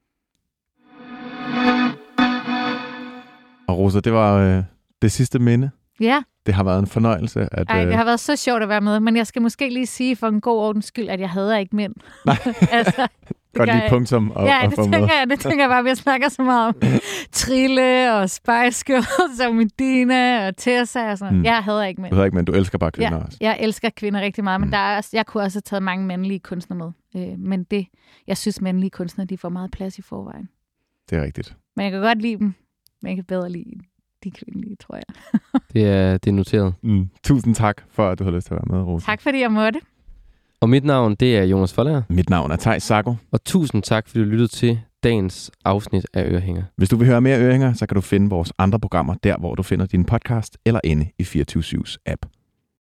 Og Rosa, det var øh, det sidste minde. Ja. Det har været en fornøjelse. At, Ej, øh... det har været så sjovt at være med, men jeg skal måske lige sige for en god ordens skyld, at jeg hader ikke mænd. Nej. altså, Godt lige punktum og, ja, og det få tænker med. jeg, det tænker jeg bare, vi snakker så meget om Trille og Spice Girls og Medina og Tessa og sådan mm. Jeg hader ikke mænd. Du hader ikke mænd, du elsker bare kvinder ja, også. Jeg elsker kvinder rigtig meget, men mm. der er også, jeg kunne også have taget mange mandlige kunstnere med. Øh, men det, jeg synes, mandlige kunstnere, de får meget plads i forvejen. Det er rigtigt. Men jeg kan godt lide dem, men jeg kan bedre lide de kvindelige, tror jeg. det, er, det er noteret. Mm. Tusind tak for, at du har lyst til at være med, Rosa. Tak fordi jeg måtte. Og mit navn, det er Jonas Forlager. Mit navn er Theis Sacco. Og tusind tak, fordi du lyttede til dagens afsnit af Ørehænger. Hvis du vil høre mere Ørehænger, så kan du finde vores andre programmer der, hvor du finder din podcast, eller inde i fireogtyve syv's app.